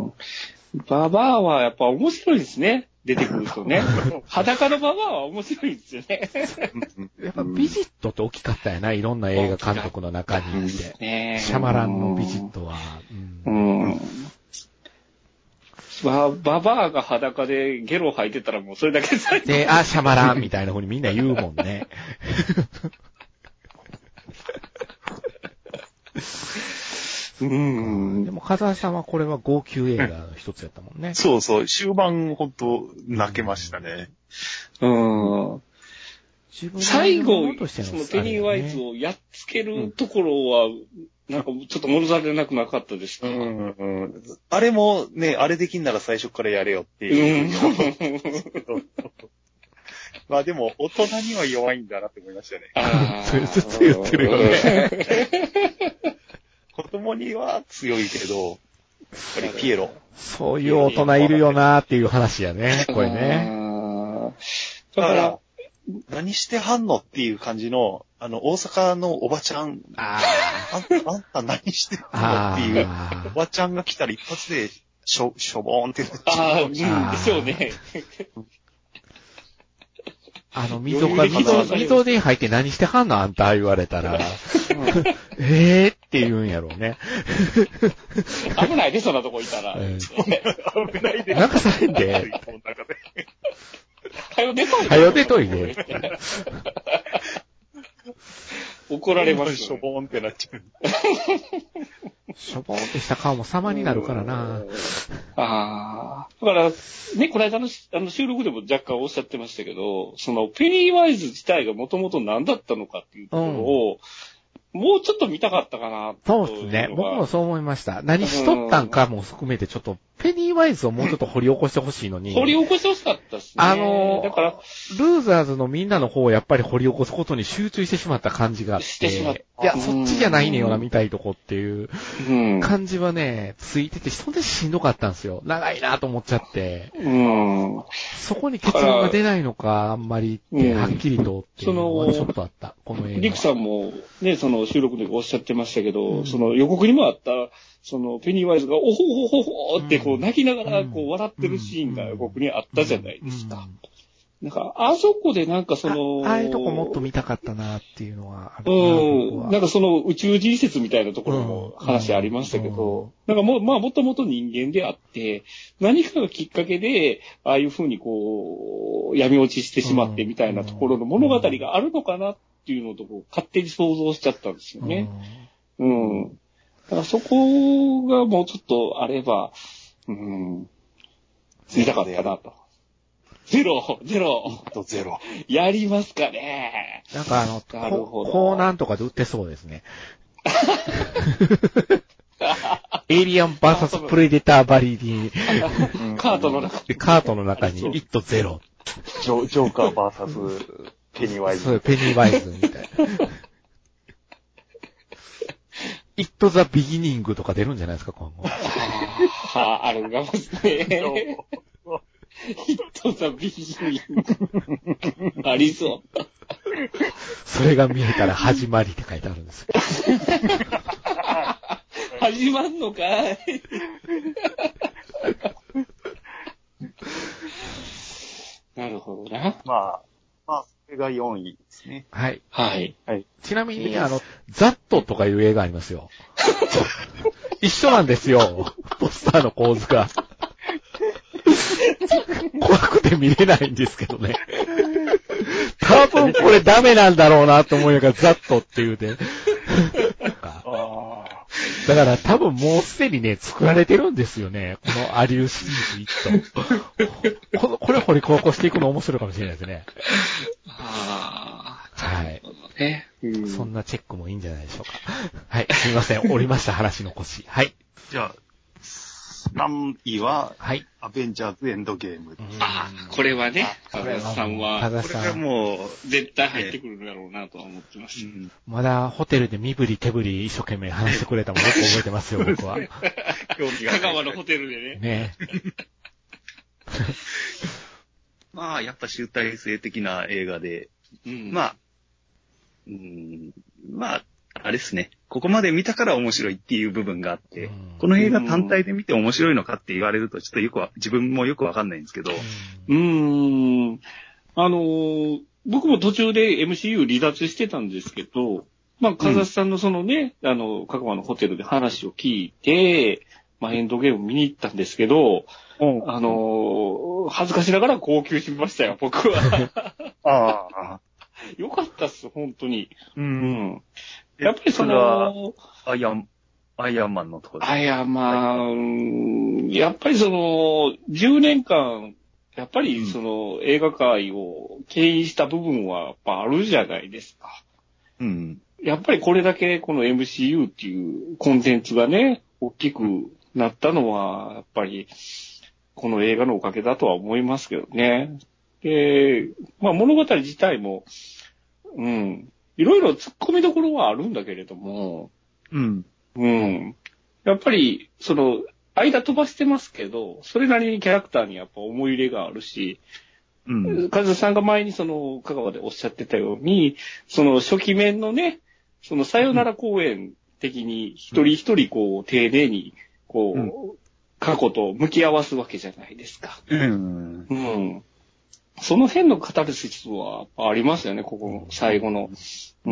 ババアはやっぱ面白いですね。出てくるとね。裸のババアは面白いですよね。 やっぱビジットって大きかったよな、いろんな映画監督の中にいて。ね、シャマランのビジットは。 うん。うん、バ, ババアが裸でゲロ吐いてたらもうそれだけで、あ、シャマランみたいな風にみんな言うもんね。うん、でも、風間さんはこれは号泣映画の一つやったもんね。 そうそう、終盤ほんと泣けましたね。 うん。最後、そのペニーワイズをやっつけるところは、なんかちょっと物足りなくなかったですか、 うんうん、あれもね、あれできんなら最初からやれよっていう。うん、まあでも、大人には弱いんだなって思いましたね。 ああ。それずっと言ってるよね。 子供には強いけど、やっぱりピエロ。 そういう大人いるよなーっていう話やね、これね。 だから、何してはんのっていう感じの、あの、大阪のおばちゃん、ああんた何してはんのっていう、おばちゃんが来たら一発で、しょ、しょぼーんってなっちゃう。 ああ、うん、でしょうね。 あの、溝が、溝、溝で入って何してはんのあんた言われたら、えーって言うんやろうね。 危ないで、そんなとこいたら。えー、危ないで。 なんかされんで。 はよ出といで。 はよ出といで。 怒られますよ。 しょぼーんってなっちゃう。 しょぼーんってした顔も様になるからな。 ああ。だから、ね、この間のあの収録でも若干おっしゃってましたけど、そのペニーワイズ自体がもともと何だったのかっていうところを、うん、もうちょっと見たかったかな。 そうですね。僕もそう思いました。何しとったんかも含めてちょっと、ペニーワイズをもうちょっと掘り起こしてほしいのに。 掘り起こしてほしかったですね。 あのー、だから、ルーザーズのみんなの方をやっぱり掘り起こすことに集中してしまった感じがあって。 してしまった。 いや、そっちじゃないねよな、見たいとこっていう感じはね、ついてて、そんでしんどかったんですよ。長いなと思っちゃって。うん。そこに結論が出ないのか、あんまりって、はっきりとっていうのはちょっとあった、この映画。 リクさんもね、その収録でおっしゃってましたけど、うん、その予告にもあった、そのペニーワイズが、おほほほほってこう泣きながらこう笑ってるシーンが予告にあったじゃないですか。なんか、あそこでなんかその、 ああいうとこもっと見たかったなっていうのはあるな。 うん。なんかその宇宙人説みたいなところも話ありましたけど、なんかもう、まあもともと人間であって、何かがきっかけで、ああいう風にこう、闇落ちしてしまってみたいなところの物語があるのかなっっていうのとこう勝手に想像しちゃったんですよね。うん。うん、だからそこがもうちょっとあれば、うん、見たかったなと。ゼロ、ゼロ。 とゼロ。 やりますかね。 なんかあの、 なるほど。 コーナンとかで売ってそうですね。エイリアン ブイエス プレデターバリに、 カートの中に。 カートの中に、イットゼロ。 ジョジョーカー ブイエス ペニーワイズ。 そう、ペニーワイズみたいな。イットザビギニングとか出るんじゃないですか、今後。 はあ、あるかもしれない。イットザビギニング。ありそう。 それが見えたら始まりって書いてあるんですよ。 始まんのかい。なるほどな。 まあ、まあ、それがよんいですね。 はい。 はい。 はい。 ちなみに、あの、ザットとかいう映画ありますよ。一緒なんですよ。ポスターの構図が。怖くて見れないんですけどね。多分これダメなんだろうなと思いながらザットっていうね。だから多分もうすでにね、作られてるんですよね。このアリューシリーズ一と。この、これ掘り起こしていくの面白いかもしれないですね。 ああ。 はい。 ね、 うん。そんなチェックもいいんじゃないでしょうか。はい。すみません。折りました話の腰。はい。 じゃあ、さんいは、 はい。 アベンジャーズエンドゲーム。 ああ、これはね、高田さんは、 これはもう、絶対入ってくるだろうなとは思ってました。うん、 まだホテルで身振り手振り一生懸命話してくれたもよく覚えてますよ、僕は。 香川のホテルでね。 ね。 まあ、やっぱ集大成的な映画で、うん、まあ、うん、まあ、あれですね。ここまで見たから面白いっていう部分があって、うん、この映画単体で見て面白いのかって言われると、ちょっとよくは、自分もよくわかんないんですけど。 うーん。あのー、僕も途中で エムシーユー 離脱してたんですけど、まあ、かざしさんのそのね、うん、あの、香川のホテルで話を聞いて、まあ、エンドゲーム見に行ったんですけど、うん、あのー、恥ずかしながら号泣しましたよ、僕は。ああ。よかったっす、本当に。うん。うんやっぱりその、 アイアン、アイアンマンのところアイアンマン、やっぱりその、じゅうねんかん、やっぱりその、映画界を牽引した部分はやっぱあるじゃないですか。うん。やっぱりこれだけこの エムシーユー っていうコンテンツがね、大きくなったのは、やっぱり、この映画のおかげだとは思いますけどね。で、まあ物語自体も、うん。いろいろ突っ込みどころはあるんだけれども、うん。うん。やっぱり、その、間飛ばしてますけど、それなりにキャラクターにやっぱ思い入れがあるし、うん。カズさんが前にその、香川でおっしゃってたように、その初期面のね、そのさよなら公演的に一人一人こう、丁寧に、こう、うん、過去と向き合わすわけじゃないですか。うん。うん。その辺のカタルシスはありますよね、ここの最後の。うん。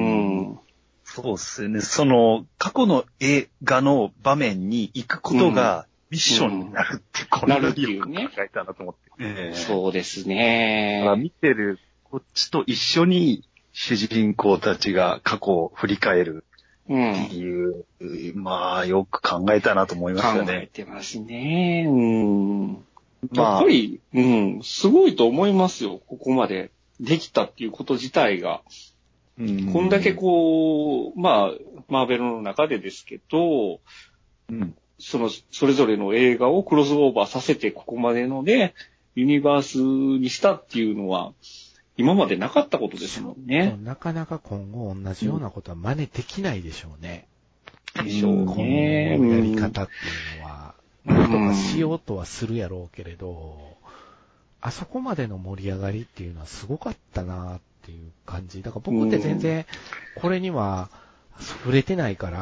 そうですね。その、過去の映画の場面に行くことがミッションになるって、こんなによく考えたなと思って。 えー、そうですね。 だから見てるこっちと一緒に主人公たちが過去を振り返るっていう、うん、まあ、よく考えたなと思いましたね。 考えてますね。うんやっぱり、まあ、うん、すごいと思いますよ。ここまでできたっていうこと自体が。うん、こんだけこう、まあ、マーベルの中でですけど、うん、その、それぞれの映画をクロスオーバーさせて、ここまでのね、ユニバースにしたっていうのは、今までなかったことですもんね。 なかなか今後同じようなことは真似できないでしょうね。 でしょうね。 このやり方っていうのは。なんとかしようとはするやろうけれど、あそこまでの盛り上がりっていうのはすごかったなっていう感じ。だから僕って全然これには触れてないから、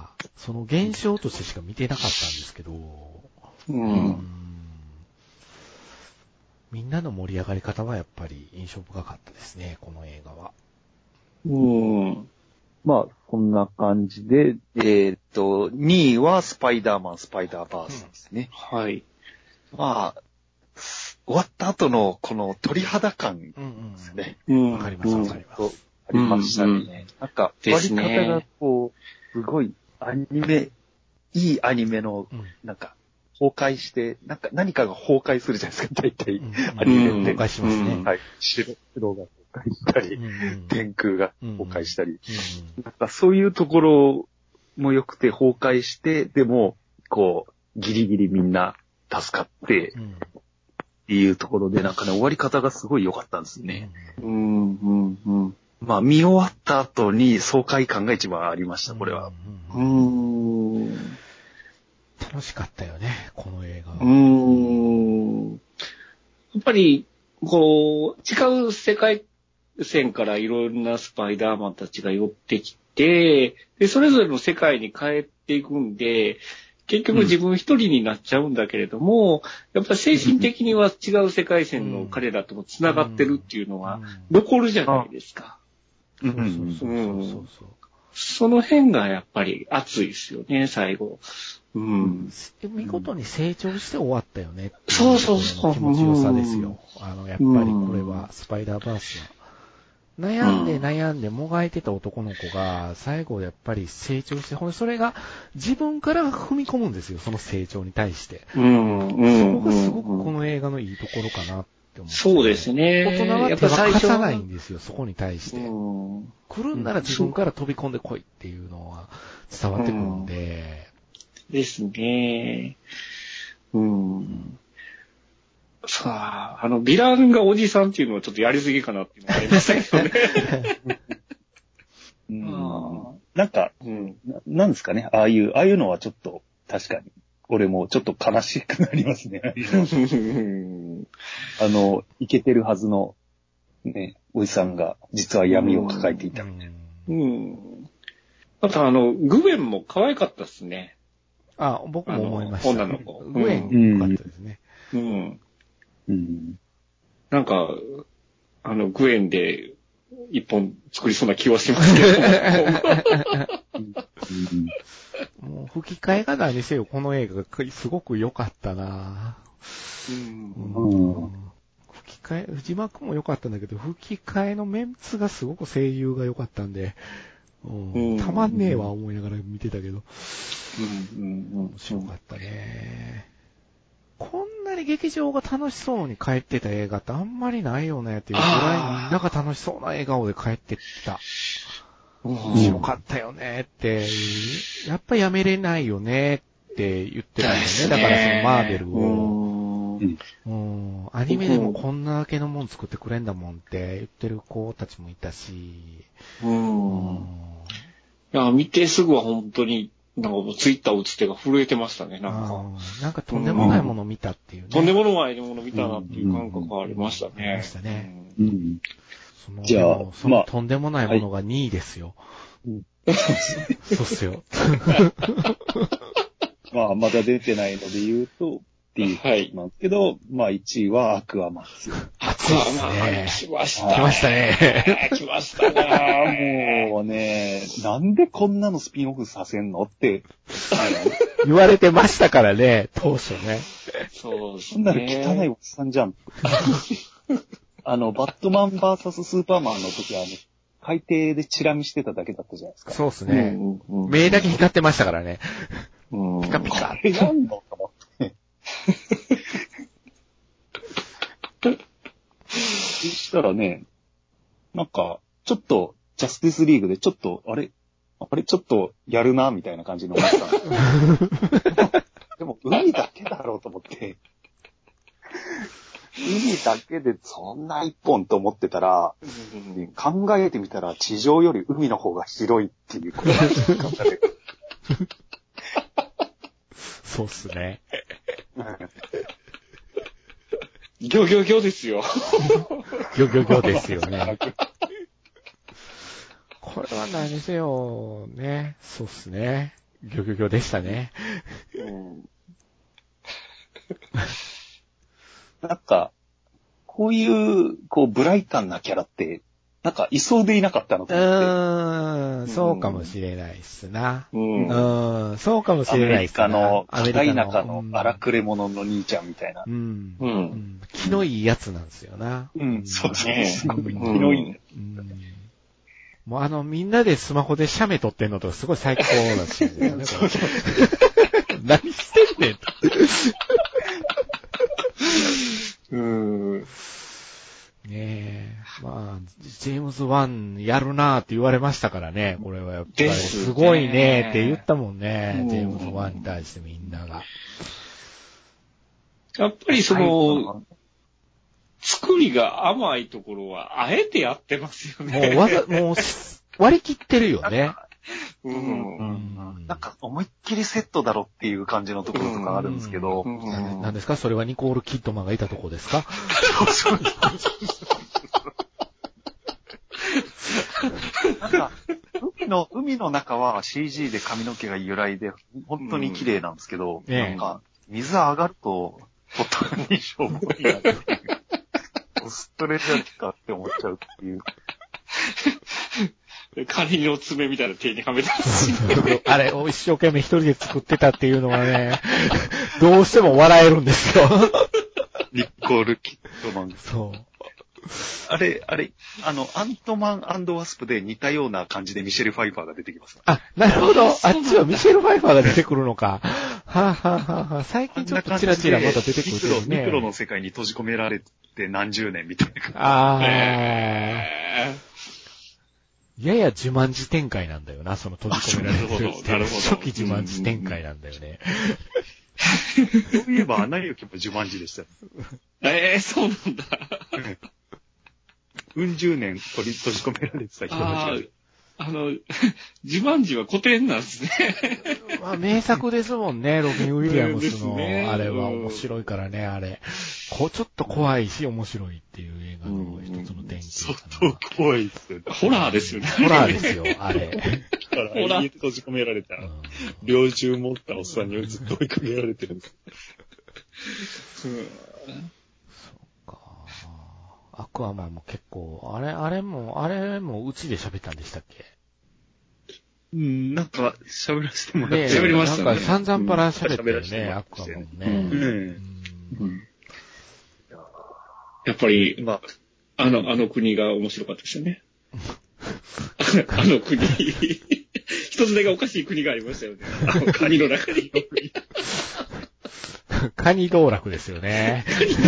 その現象としてしか見てなかったんですけど、うん、うんみんなの盛り上がり方はやっぱり印象深かったですね、この映画は。 うんまあ、こんな感じで、えー、っと、にいはスパイダーマン、スパイダーバースですね。 うん、はい。 まあ、終わった後のこの鳥肌感ですね。 うん、わ、うん、かります、わかります。 ありましたね。うんうん、なんか、割り方がこう、すごい、アニメ、いいアニメの、なんか、崩壊して、なんか、何かが崩壊するじゃないですか、大体。うん、アニメって。 崩壊しますね。 はい。白黒が崩壊したり、うんうん、天空が崩壊したり、うんうん。なんか、そういうところも良くて崩壊して、でも、こう、ギリギリみんな助かって、うん、っていうところで、なんかね、終わり方がすごい良かったんですね。うん、うん、うん。まあ、見終わった後に爽快感が一番ありました、これは。うん、 うん。楽しかったよね、この映画は。うーん。やっぱり、こう、違う世界線からいろんなスパイダーマンたちが寄ってきて、で、それぞれの世界に帰っていくんで、結局自分一人になっちゃうんだけれども、うん、やっぱ精神的には違う世界線の彼らとも繋がってるっていうのは残るじゃないですか。 うんうん、そうそうそうそう。 その辺がやっぱり熱いですよね、最後。うん。 見事に成長して終わったよねっていう。 そうそうそう。 気持ちよさですよ。あの、やっぱりこれは、スパイダーバースは。悩んで悩んでもがいてた男の子が、最後やっぱり成長して、ほんでそれが自分から踏み込むんですよ、その成長に対して。うん。うん。そこがすごくこの映画のいいところかなって思う。 そうですね。 大人は手は貸さないんですよ、そこに対して。うん、来るんなら自分から飛び込んでこいっていうのは伝わってくるんで。 うん、ですね。うん。さあ、あの、ヴィランがおじさんっていうのはちょっとやりすぎかなっていうのがありましたけどね。 うん、なんか、うん、な、なんですかね、ああいう、ああいうのはちょっと、確かに、俺もちょっと悲しくなりますね。あの、イケてるはずの、ね、おじさんが、実は闇を抱えていたみたいな。うん。 うん、あとあの、グエンも可愛かったですね。 あ、僕も思いました。 女の子。 グエン良かったですね。うん。うんうん、なんか、あの、グエンで一本作りそうな気はしますけど。もう吹き替えが何せよ、この映画がすごく良かったな、うんうん、吹き替え、字幕も良かったんだけど、吹き替えのメンツがすごく声優が良かったんで、うんうん、たまんねえわ思いながら見てたけど、うんうんうん、面白かったね。こんなに劇場が楽しそうに帰ってた映画ってあんまりないよねっていうぐらいみんなが楽しそうな笑顔で帰ってきた。面白かったよねって、やっぱやめれないよねって言ってたんだよね。だからそのマーベルを、うんうん、アニメでもこんなだけのもん作ってくれんだもんって言ってる子たちもいたし。うん、 いや、見てすぐは本当になんかもうツイッター打つ手が震えてましたね、なんか。 なんかとんでもないものを見たっていうね。 とんでもないものを見たなっていう感覚がありましたね。 ありましたね。うん、そのじゃあ、そのとんでもないものがにいですよ。はい、そうっすよ。 まあ、まだ出てないので言うと、っていうことなんですけど、はい、まあいちいはアクアマンですよ。 アクアマン来ました。 来ましたね。 来ましたね。 もうね、なんでこんなのスピンオフさせんのって、 言われてましたからね、当初ね。 そうですね。 そんなの汚いおっさんじゃん。あの、バットマンバーサススーパーマンの時はね、海底でチラ見してただけだったじゃないですか。 そうですね、うんうん。目だけ光ってましたからね。うん、ピカピカ。 これなんのかも。そしたらね、なんか、ちょっと、ジャスティスリーグでちょっと、あれあれちょっとやるなみたいな感じの思ったんですでも、海だけだろうと思って。海だけでそんな一本と思ってたら、うん、考えてみたら地上より海の方が広いっていうことが考える。 そうっすね。 ギョギョギョですよ。 ギョギョギョですよね。これは何せよ、ね。そうっすね。ギョギョギョでしたね。うん、 なんか、こういう、こう、ブライタンなキャラって、なんか、いそうでいなかったのと思って。 うーん、そうかもしれないっすな。うん、うん、そうかもしれないっすな。 アメリカの、片田舎の荒くれ者の兄ちゃんみたいな。うん。 うん。うん、気のいいやつなんですよな。 うん、そうですね。すごい気のいいね。うん。 もうあの、みんなでスマホで写メ撮ってんのとかすごい最高だし、ね。そうそう何してんねんと。 うーん。 ねえ。まあ、ジェームズ・ワンやるなーって言われましたからね。これはやっぱりすごいねーって言ったもんね。ジェームズ・ワンに対してみんなが。 やっぱりその、作りが甘いところは、あえてやってますよね。 もうわざ、もう、割り切ってるよね。 うん。うん、なんか、思いっきりセットだろっていう感じのところとかあるんですけど。 うんうん、なんですかそれはニコール・キッドマンがいたとこですかそうそうなんか、海の、海の中は シージー で髪の毛が由来で、本当に綺麗なんですけど、うん、なんか、水上がると、途端にしょぼいなっていう。ストレートかって思っちゃうっていう。 カニの爪みたいな手にはめてますあれを一生懸命一人で作ってたっていうのはね、どうしても笑えるんですよ。 ニコール・キッドマン。 そう。 あれ、あれ、あの、アントマン&ワスプで似たような感じでミシェル・ファイファーが出てきます。 あ、なるほど。あっちはミシェル・ファイファーが出てくるのか。はぁ、はぁはぁはぁ、最近ちょっとチラチラまた出てくるけどね。 ミクロの世界に閉じ込められて何十年みたいな感じ。 ああ。えー、やや自慢自展開なんだよな、その閉じ込められてるって。なるほど。初期自慢自展開なんだよね。 そういえば、アナ雪も自慢自でした。 ええー、そうなんだ。 うん十年閉じ込められてた人たちが。 あの、自慢自は古典なんですね。 まあ、名作ですもんね、ロビン・ウィリアムスの、あれは面白いからね、あれ。こう、ちょっと怖いし面白いっていう映画の一つの典型かな。 相当怖いですよね。 ホラーですよね。 ホラーですよ、あれ。 ホラー。家閉じ込められた、猟銃持ったおっさんにずっと追いかけられてるんです。 アクアマンも結構、あれ、あれも、あれもうちで喋ったんでしたっけ？ うん、なんか喋らせてもらって。 喋りましたね。 なんか散々パラ喋ったよね、アクアマンもね。うんうん、やっぱり、まあ、あの、あの国が面白かったですよね。あの国、一つだけおかしい国がありましたよね。あのカニの中に。 カニ道楽ですよね。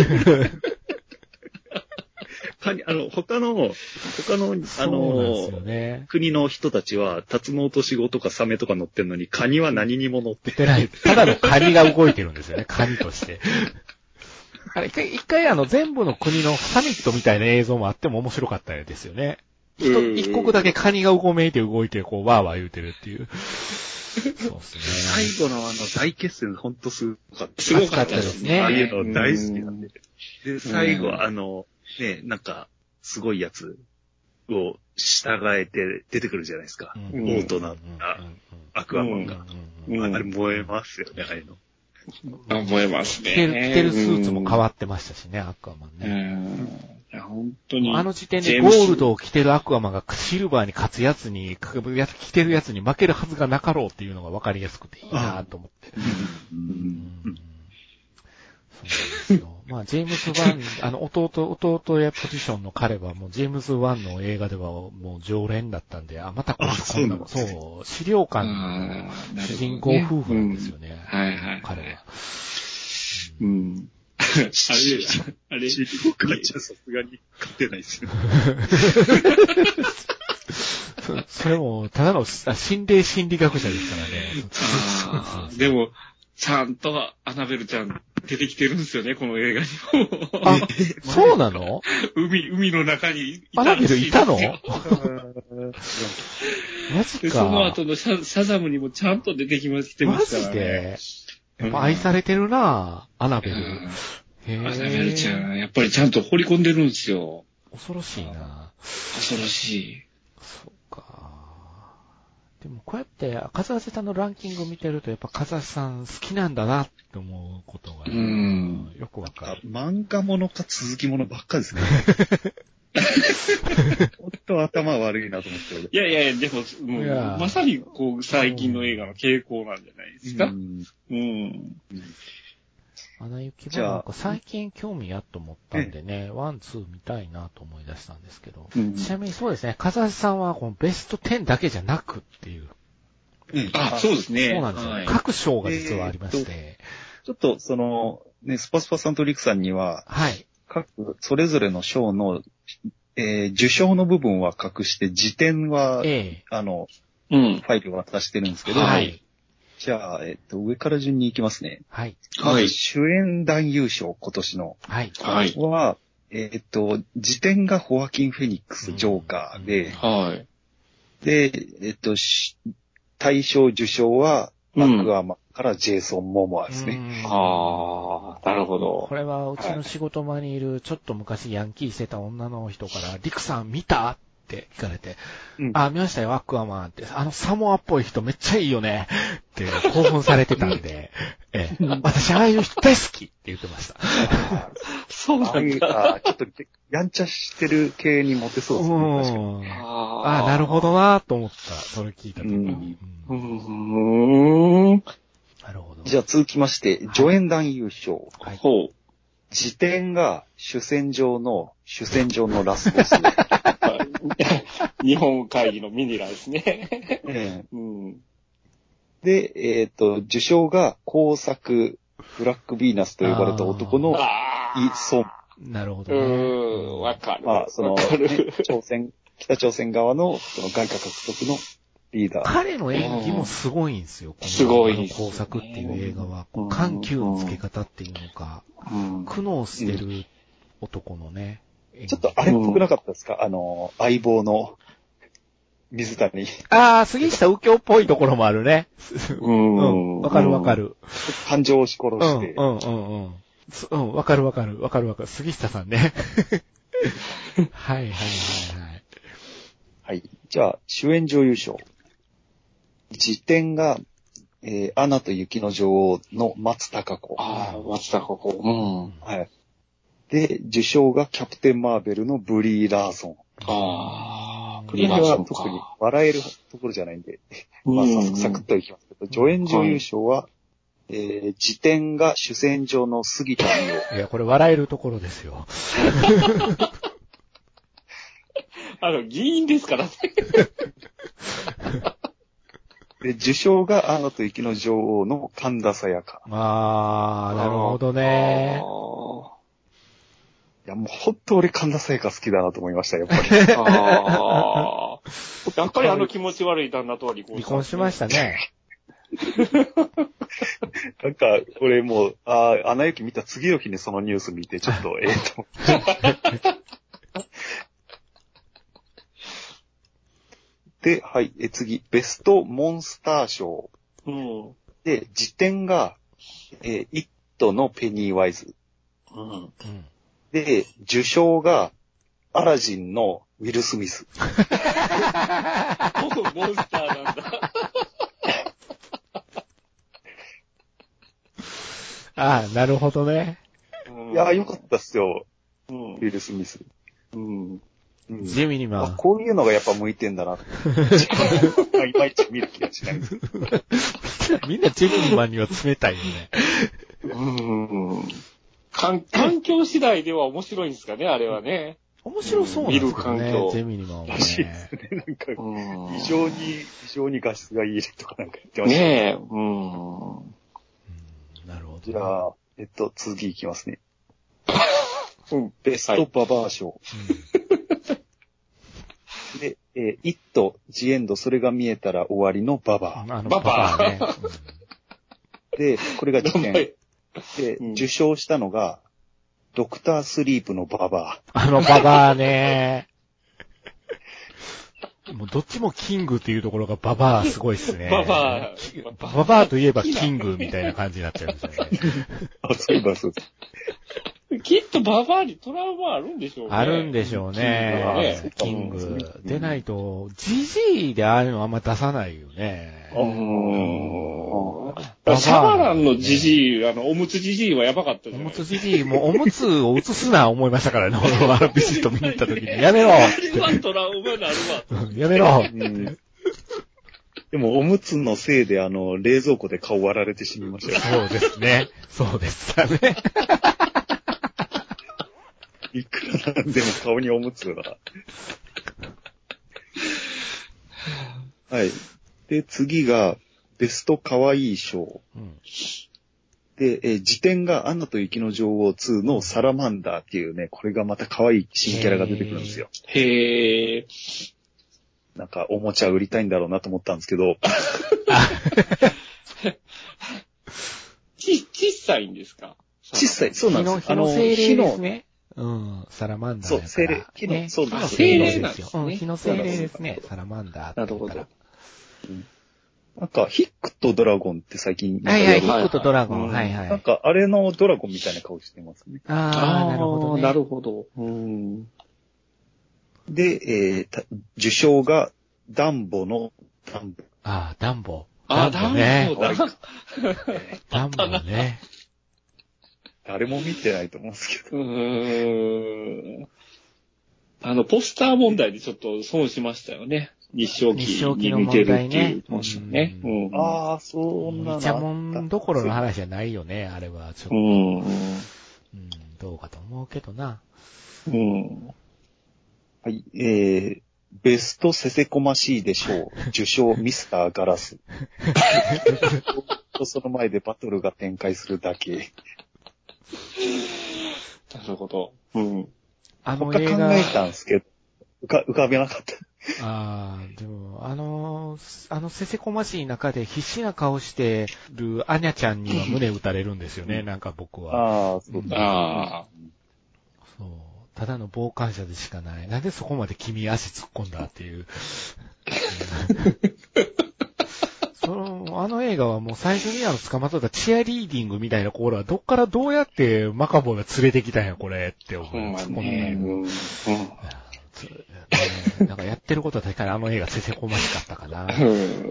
カニ、あの、他の、他の、あの、ね、国の人たちは、タツノオトシゴとかサメとか乗ってるのに、カニは何にも乗ってない。ただのカニが動いてるんですよね、カニとして。あれ、一回、一回あの、全部の国のサミットみたいな映像もあっても面白かったですよね。一, 一国だけカニがうごめいて動いて、こう、わーわー言うてるっていう。そうですね。 最後のあの、大決戦、ほんとすごかった。 すごかったですね。 ああいうの大好きなんで。で、最後、あの、ね、なんか、すごいやつを従えて出てくるじゃないですか。うん、オートなアクアマンが。うん、あれ燃えますよね、ああいうの。 あ、燃えますね。 着てる、着てるスーツも変わってましたしね、アクアマンね。 いや、本当に。 あの時点でゴールドを着てるアクアマンがシルバーに勝つやつに、着てるやつに負けるはずがなかろうっていうのが分かりやすくていいなと思って。そうですよ。まあ、ジェームズ・ワン、あの、弟、弟やポジションの彼はもう、ジェームズ・ワンの映画ではもう常連だったんで、あ、またこんな、そう、資料館の主人公夫婦なんですよね。 はいはい。 彼は。 うん。あれ、あれ、 資料館じゃさすがに勝てないですよ。 それも、ただの心霊心理学者ですからね。あでも、ちゃんとアナベルちゃん出てきてるんですよね、この映画にも。 あ、そうなの？ 海、海の中にいたらしい。アナベルいたの？マジか。 その後のシャ、シャザムにもちゃんと出てきましてましたからね。 マジで？やっぱ愛されてるなぁ、アナベル。 へアナベルちゃん、やっぱりちゃんと掘り込んでるんですよ。 恐ろしいな。 恐ろしい。 そうか。でもこうやって、カズハセさんのランキングを見てると、やっぱカズハセさん好きなんだなって思うことが、 うんよくわかる。 漫画ものか続きものばっかですね。ほんと頭悪いなと思って。 いやいやいや、でも、もうまさにこう、最近の映画の傾向なんじゃないですか。うん。うん、 アナ雪もなんか最近興味やっと思ったんでね、ワン、ツー見たいなと思い出したんですけど。うん、ちなみにそうですね、風橋さんはこのベストテンだけじゃなくっていう。 うん、あ、そうですね。 そうなんですよ、はい。各賞が実はありまして。 えー、ちょっとその、ね、スパスパさんとリクさんには、はい。各、それぞれの賞の、えー、受賞の部分は隠して、辞典は、えー、あの、うん、ファイルを渡してるんですけど、はい。じゃあ、えっと、上から順に行きますね。はい。まず、主演男優賞、今年の。はい。はい。は、えっと、辞典がホアキン・フェニックス、ジョーカーで、うん、はい。で、えっと、大賞受賞は、アクアマンからジェイソン・モモアですね。うん、 ああ、なるほど。 これは、うちの仕事場にいる、ちょっと昔ヤンキーしてた女の人から、リクさん見たって聞かれて、うん、あ、見ましたよ、アクアマンって。あのサモアっぽい人めっちゃいいよねって興奮されてたんで、ええ、私ああいう人大好きって言ってました。 そうなんだ。 ちょっとやんちゃしてる系にモテそうですね。確かに。 ああ、なるほどなと思った。それ聞いたときに。うん。 うん、なるほど。じゃあ続きまして、助演男優賞。はい。ほう。辞典が主戦場の、主戦場のラスボス。 日本会議のミニラですね。 ええうん、で、えっ、ー、と、受賞が工作、ブラックヴィーナスと呼ばれた男のイ・ソン。 なるほどね。 うん、わかる。 まあ、その、ね、朝鮮、北朝鮮側の、その外貨獲得のリーダー。 彼の演技もすごいんですよ。 すごい、 ね。工作っていう映画は、緩急の付け方っていうのか、うん、苦悩してる男のね。 ちょっとあれっぽくなかったですか、うん、あの、相棒の水谷。 ああ、杉下右京っぽいところもあるね。うん。わ、うん、かるわかる。 感情を押し殺して。 うんうんうんうん。うん、わかるわかる。わかるわかる。杉下さんね。はいはいはいはい。 はい。じゃあ、主演女優賞。辞典が、えー、アナと雪の女王の松たか子。 ああ、松たか子。うん。 はい。で、受賞がキャプテンマーベルのブリー・ラーソン。 ああ、 ブリー・ラーソン。特に笑えるところじゃないんで、まあ、サクサクっといきますけど、助演女優賞は、えー、辞典が主戦場の杉田美代。 いや、これ笑えるところですよ。 あの、議員ですからね。 で、受賞がアナと雪の女王の神田沙也加。 ああ、なるほどね。 いや、もうほんと俺神田沙也加好きだなと思いました、やっぱり。 あやっぱりあの気持ち悪い旦那とは離婚した、ね。離婚しましたね。 なんか、俺もう、ああ、アナ雪見た次の日にそのニュース見て、ちょっと、ええと思って。で、はい、え、次、ベストモンスター賞。うん。で、辞典が、えー、イットのペニーワイズ。うん。うん、で、受賞が、アラジンのウィル・スミス。 モンスターなんだ。 ああ、なるほどね。 いや、よかったっすよ。うん、ウィル・スミス。うん。 うん、地味にまあ。 こういうのがやっぱ向いてんだなって。いまいち見る気がしない。 みんなジェミニマンには冷たいよね。 うん。環境次第では面白いんですかね、あれはね。 面白そうなんですけどね、 見る環境。 ジェミニマンは、ね。 らしいですね。なんか、非常に、非常に画質がいいとかなんか言ってましたね。 ねえ、うん。 うん、なるほど、ね。 じゃあ、えっと、次いきますね。うん、ベストババア賞。うん、で、えー、イット、ジエンド、それが見えたら終わりのババア。 あのババアね。 うん、で、これが事件。で、うん、受賞したのが、ドクタースリープのババア。あのババアね。もうどっちもキングっていうところがババアすごいっすね。 ババア。ババアといえばキングみたいな感じになっちゃうんですよね。 あ、そういえばそうです。 きっとババアにトラウマあるんでしょうね。 あるんでしょうね。キング。キング出ないと、ジジイでああいうのあんま出さないよね。うーん。シャバランのジジイ、あの、おむつジジイはやばかったじゃないおむつジジイもおむつを映すな思いましたからね。俺はあのビジット見に行った時に。やめろあれはトラウマなるわ。 やめろ、うんでも、おむつのせいで、あの、冷蔵庫で顔割られてしまいましたよ。 そうですね。そうでしたね。 いくらなんでも顔におむつが。はい。で、次が、ベスト可愛い賞。うん、で、えー、辞典がアナと雪の女王ツーのサラマンダーっていうね、これがまた可愛い新キャラが出てくるんですよ。 へー。 なんか、おもちゃ売りたいんだろうなと思ったんですけど。 ち、小さいんですか？ 小さい、そうなんです。 あの、精霊ですね。うん、サラマンダー。 そう、精霊。火の、そうです。精霊なんですよ。 うん、火の精霊ですね、サラマンダー。 なるほど。 うん、なんか、ヒックとドラゴンって最近はいはい、ヒックとドラゴン、はいはい。 なんか、あれのドラゴンみたいな顔してますね。 ああ、なるほどね。 なるほど。うん。 で、えー、受賞が、ダンボの、ダンボ。 ああ、ダンボ。 ああ、ダンボね。 ダンボね。 誰も見てないと思うんですけど。 うーん。あの、ポスター問題でちょっと損しましたよね。日照期に似てるって言ってましたね。うん、 ああ、そんなの。 イチャモンどころの話じゃないよね、あれは。ちょっと。うん、うん。どうかと思うけどな。 うん。 はい、えー、ベストせせこましいでしょう。受賞ミスターガラス。その前でバトルが展開するだけ。 なるほど。うん。 あの他考えたんですけど、浮か、浮かべなかった。 ああ、でも、あの、あのせせこましい中で必死な顔してるアニャちゃんには胸打たれるんですよね、なんか僕は。 ああ、そうだ。 ああ。 そう。ただの傍観者でしかない。なんでそこまで君足突っ込んだっていう。その、あの映画はもう最初にあの捕まったチアリーディングみたいなコーラはどっからどうやってマカボイが連れてきたんや、これって思う。 突っ込んで。 うん。なんかやってることは確かにあの映画せせこましかったかな。はい。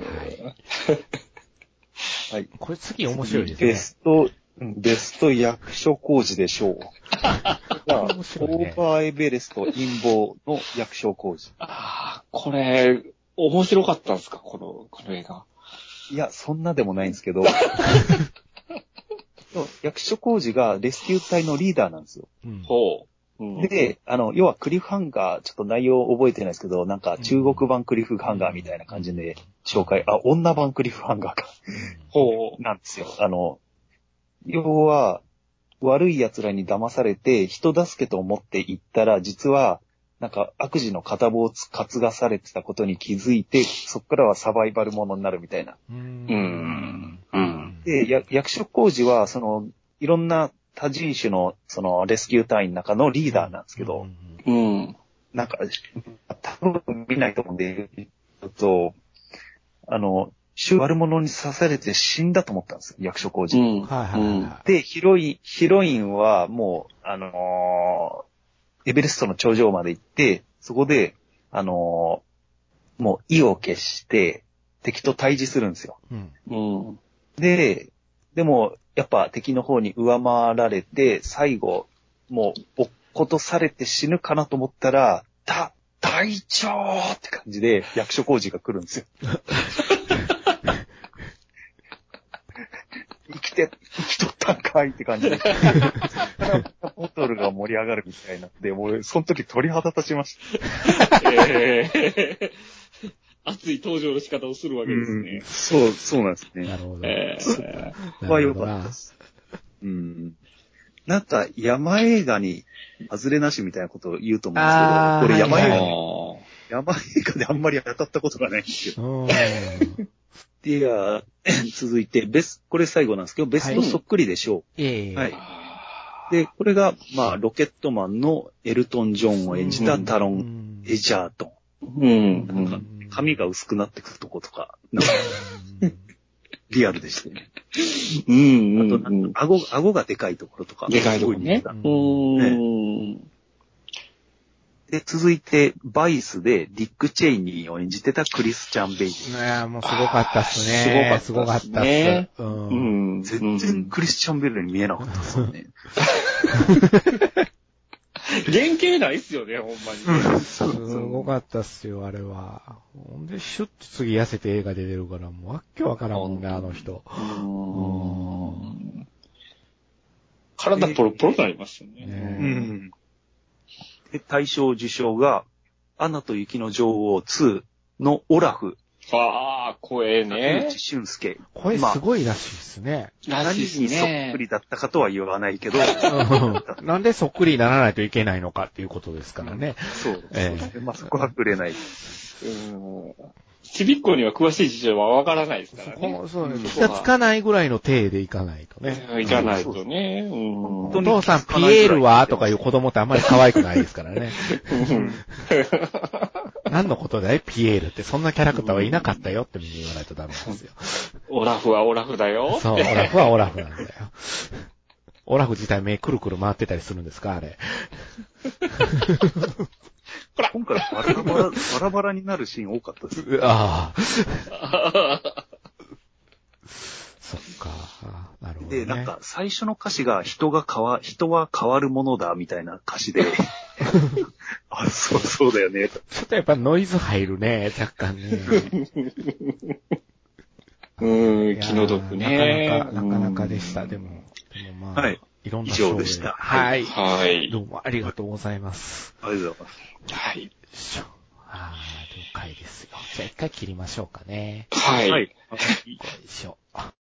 はい。これ次面白いですね。 ベスト、ベスト役所広司でしょう。面白いね、オーバーエベレスト陰謀の役所広司。 ああ、これ、面白かったんですか、この、この映画。 いや、そんなでもないんですけど。役所広司がレスキュー隊のリーダーなんですよ。 うん、ほう。 うん、で、あの、要はクリフハンガー、ちょっと内容覚えてないですけど、なんか中国版クリフハンガーみたいな感じで紹介、あ、女版クリフハンガーか。ほう。なんですよ。あの、要は、悪い奴らに騙されて人助けと思って行ったら、実は、なんか悪事の片棒を担がされてたことに気づいて、そこからはサバイバルものになるみたいな。 うん。うん。 で、役所広司は、その、いろんな多人種の、その、レスキュー隊員の中のリーダーなんですけど、 うん。 なんか、多分見ないと思うんで、ちょっと、あの、悪者に刺されて死んだと思ったんですよ、役所広司。 うん。はいはい。 で、ヒロイン、ヒロインはもう、あのー、エベレストの頂上まで行って、そこで、あのー、もう意を決して、敵と対峙するんですよ。 うん。 で、でも、やっぱ敵の方に上回られて、最後、もう、落っことされて死ぬかなと思ったら、た、隊長って感じで、役所広司が来るんですよ。生きて、生きとったんかいって感じで。ボトルが盛り上がるみたいになって、もう、その時鳥肌立ちました。えー、熱い登場の仕方をするわけですね。 うん、そう、そうなんですね。 なるほど。 えー、 そこは良かったです。うん。なんか、山映画に外れなしみたいなことを言うと思うんですけど、これ山映画に、山映画であんまり当たったことがないんですけど。では、続いて、ベス、これ最後なんですけど、ベストそっくりでしょう。 はい。 はい。で、これが、まあ、ロケットマンのエルトン・ジョンを演じたタロン・エジャートン。うん。なんか、髪が薄くなってくるとことか、なんか、リアルでしたね。 うん。 あと、なんか、顎、顎がでかいところとか。 でかいところね。うん。 で、続いて、バイスでディック・チェイニーを演じてたクリスチャン・ベイリー。 いやもうすごかったっすね。すごかったっすね。 うん。全然クリスチャン・ベイリーに見えなかったですよね。 原型ないっすよね、ほんまに。 すごかったっすよ、あれは。ほんで、シュッと次痩せて映画で出るから、もうわっけわからんもんね、あの人。 うん。体ポロポロになりますよね。ねうん。 で、大賞受賞が、アナと雪の女王ツーのオラフ。 ああ、声ね。 竹内俊介。 声すごいらしいですね。 まあ、何にそっくりだったかとは言わないけど。 なんでそっくりにならないといけないのかっていうことですからね。 うん、そうですね。えー、まあそこは触れない。 うんちびっこには詳しい事情はわからないですからね。 そうです。気がつかないぐらいの体でいかないとね。 いかないとね。うん、 お父さんピエールはとかいう子供ってあんまり可愛くないですからね。何のことだいピエールってそんなキャラクターはいなかったよって言わないとダメなんですよ。 オラフはオラフだよ。 そう、オラフはオラフなんだよ。オラフ自体目くるくる回ってたりするんですかあれ。 今回バラバラ、バラバラになるシーン多かったです。 ああ。そっか。なるほど、ね。 で、なんか最初の歌詞が人が変わ、人は変わるものだみたいな歌詞で。あ、そうそうだよね。 ちょっとやっぱノイズ入るね、若干ね。 うん、気の毒ね。 なかなか、なかなかでした。でも、でもまあ、 はい。 いろんな以上でした。 はい。 はい。 どうもありがとうございます。 ありがとうございます。 はい。 ああ、了解ですよ。じゃあ一回切りましょうかね。 はい。はい。 よいしょ。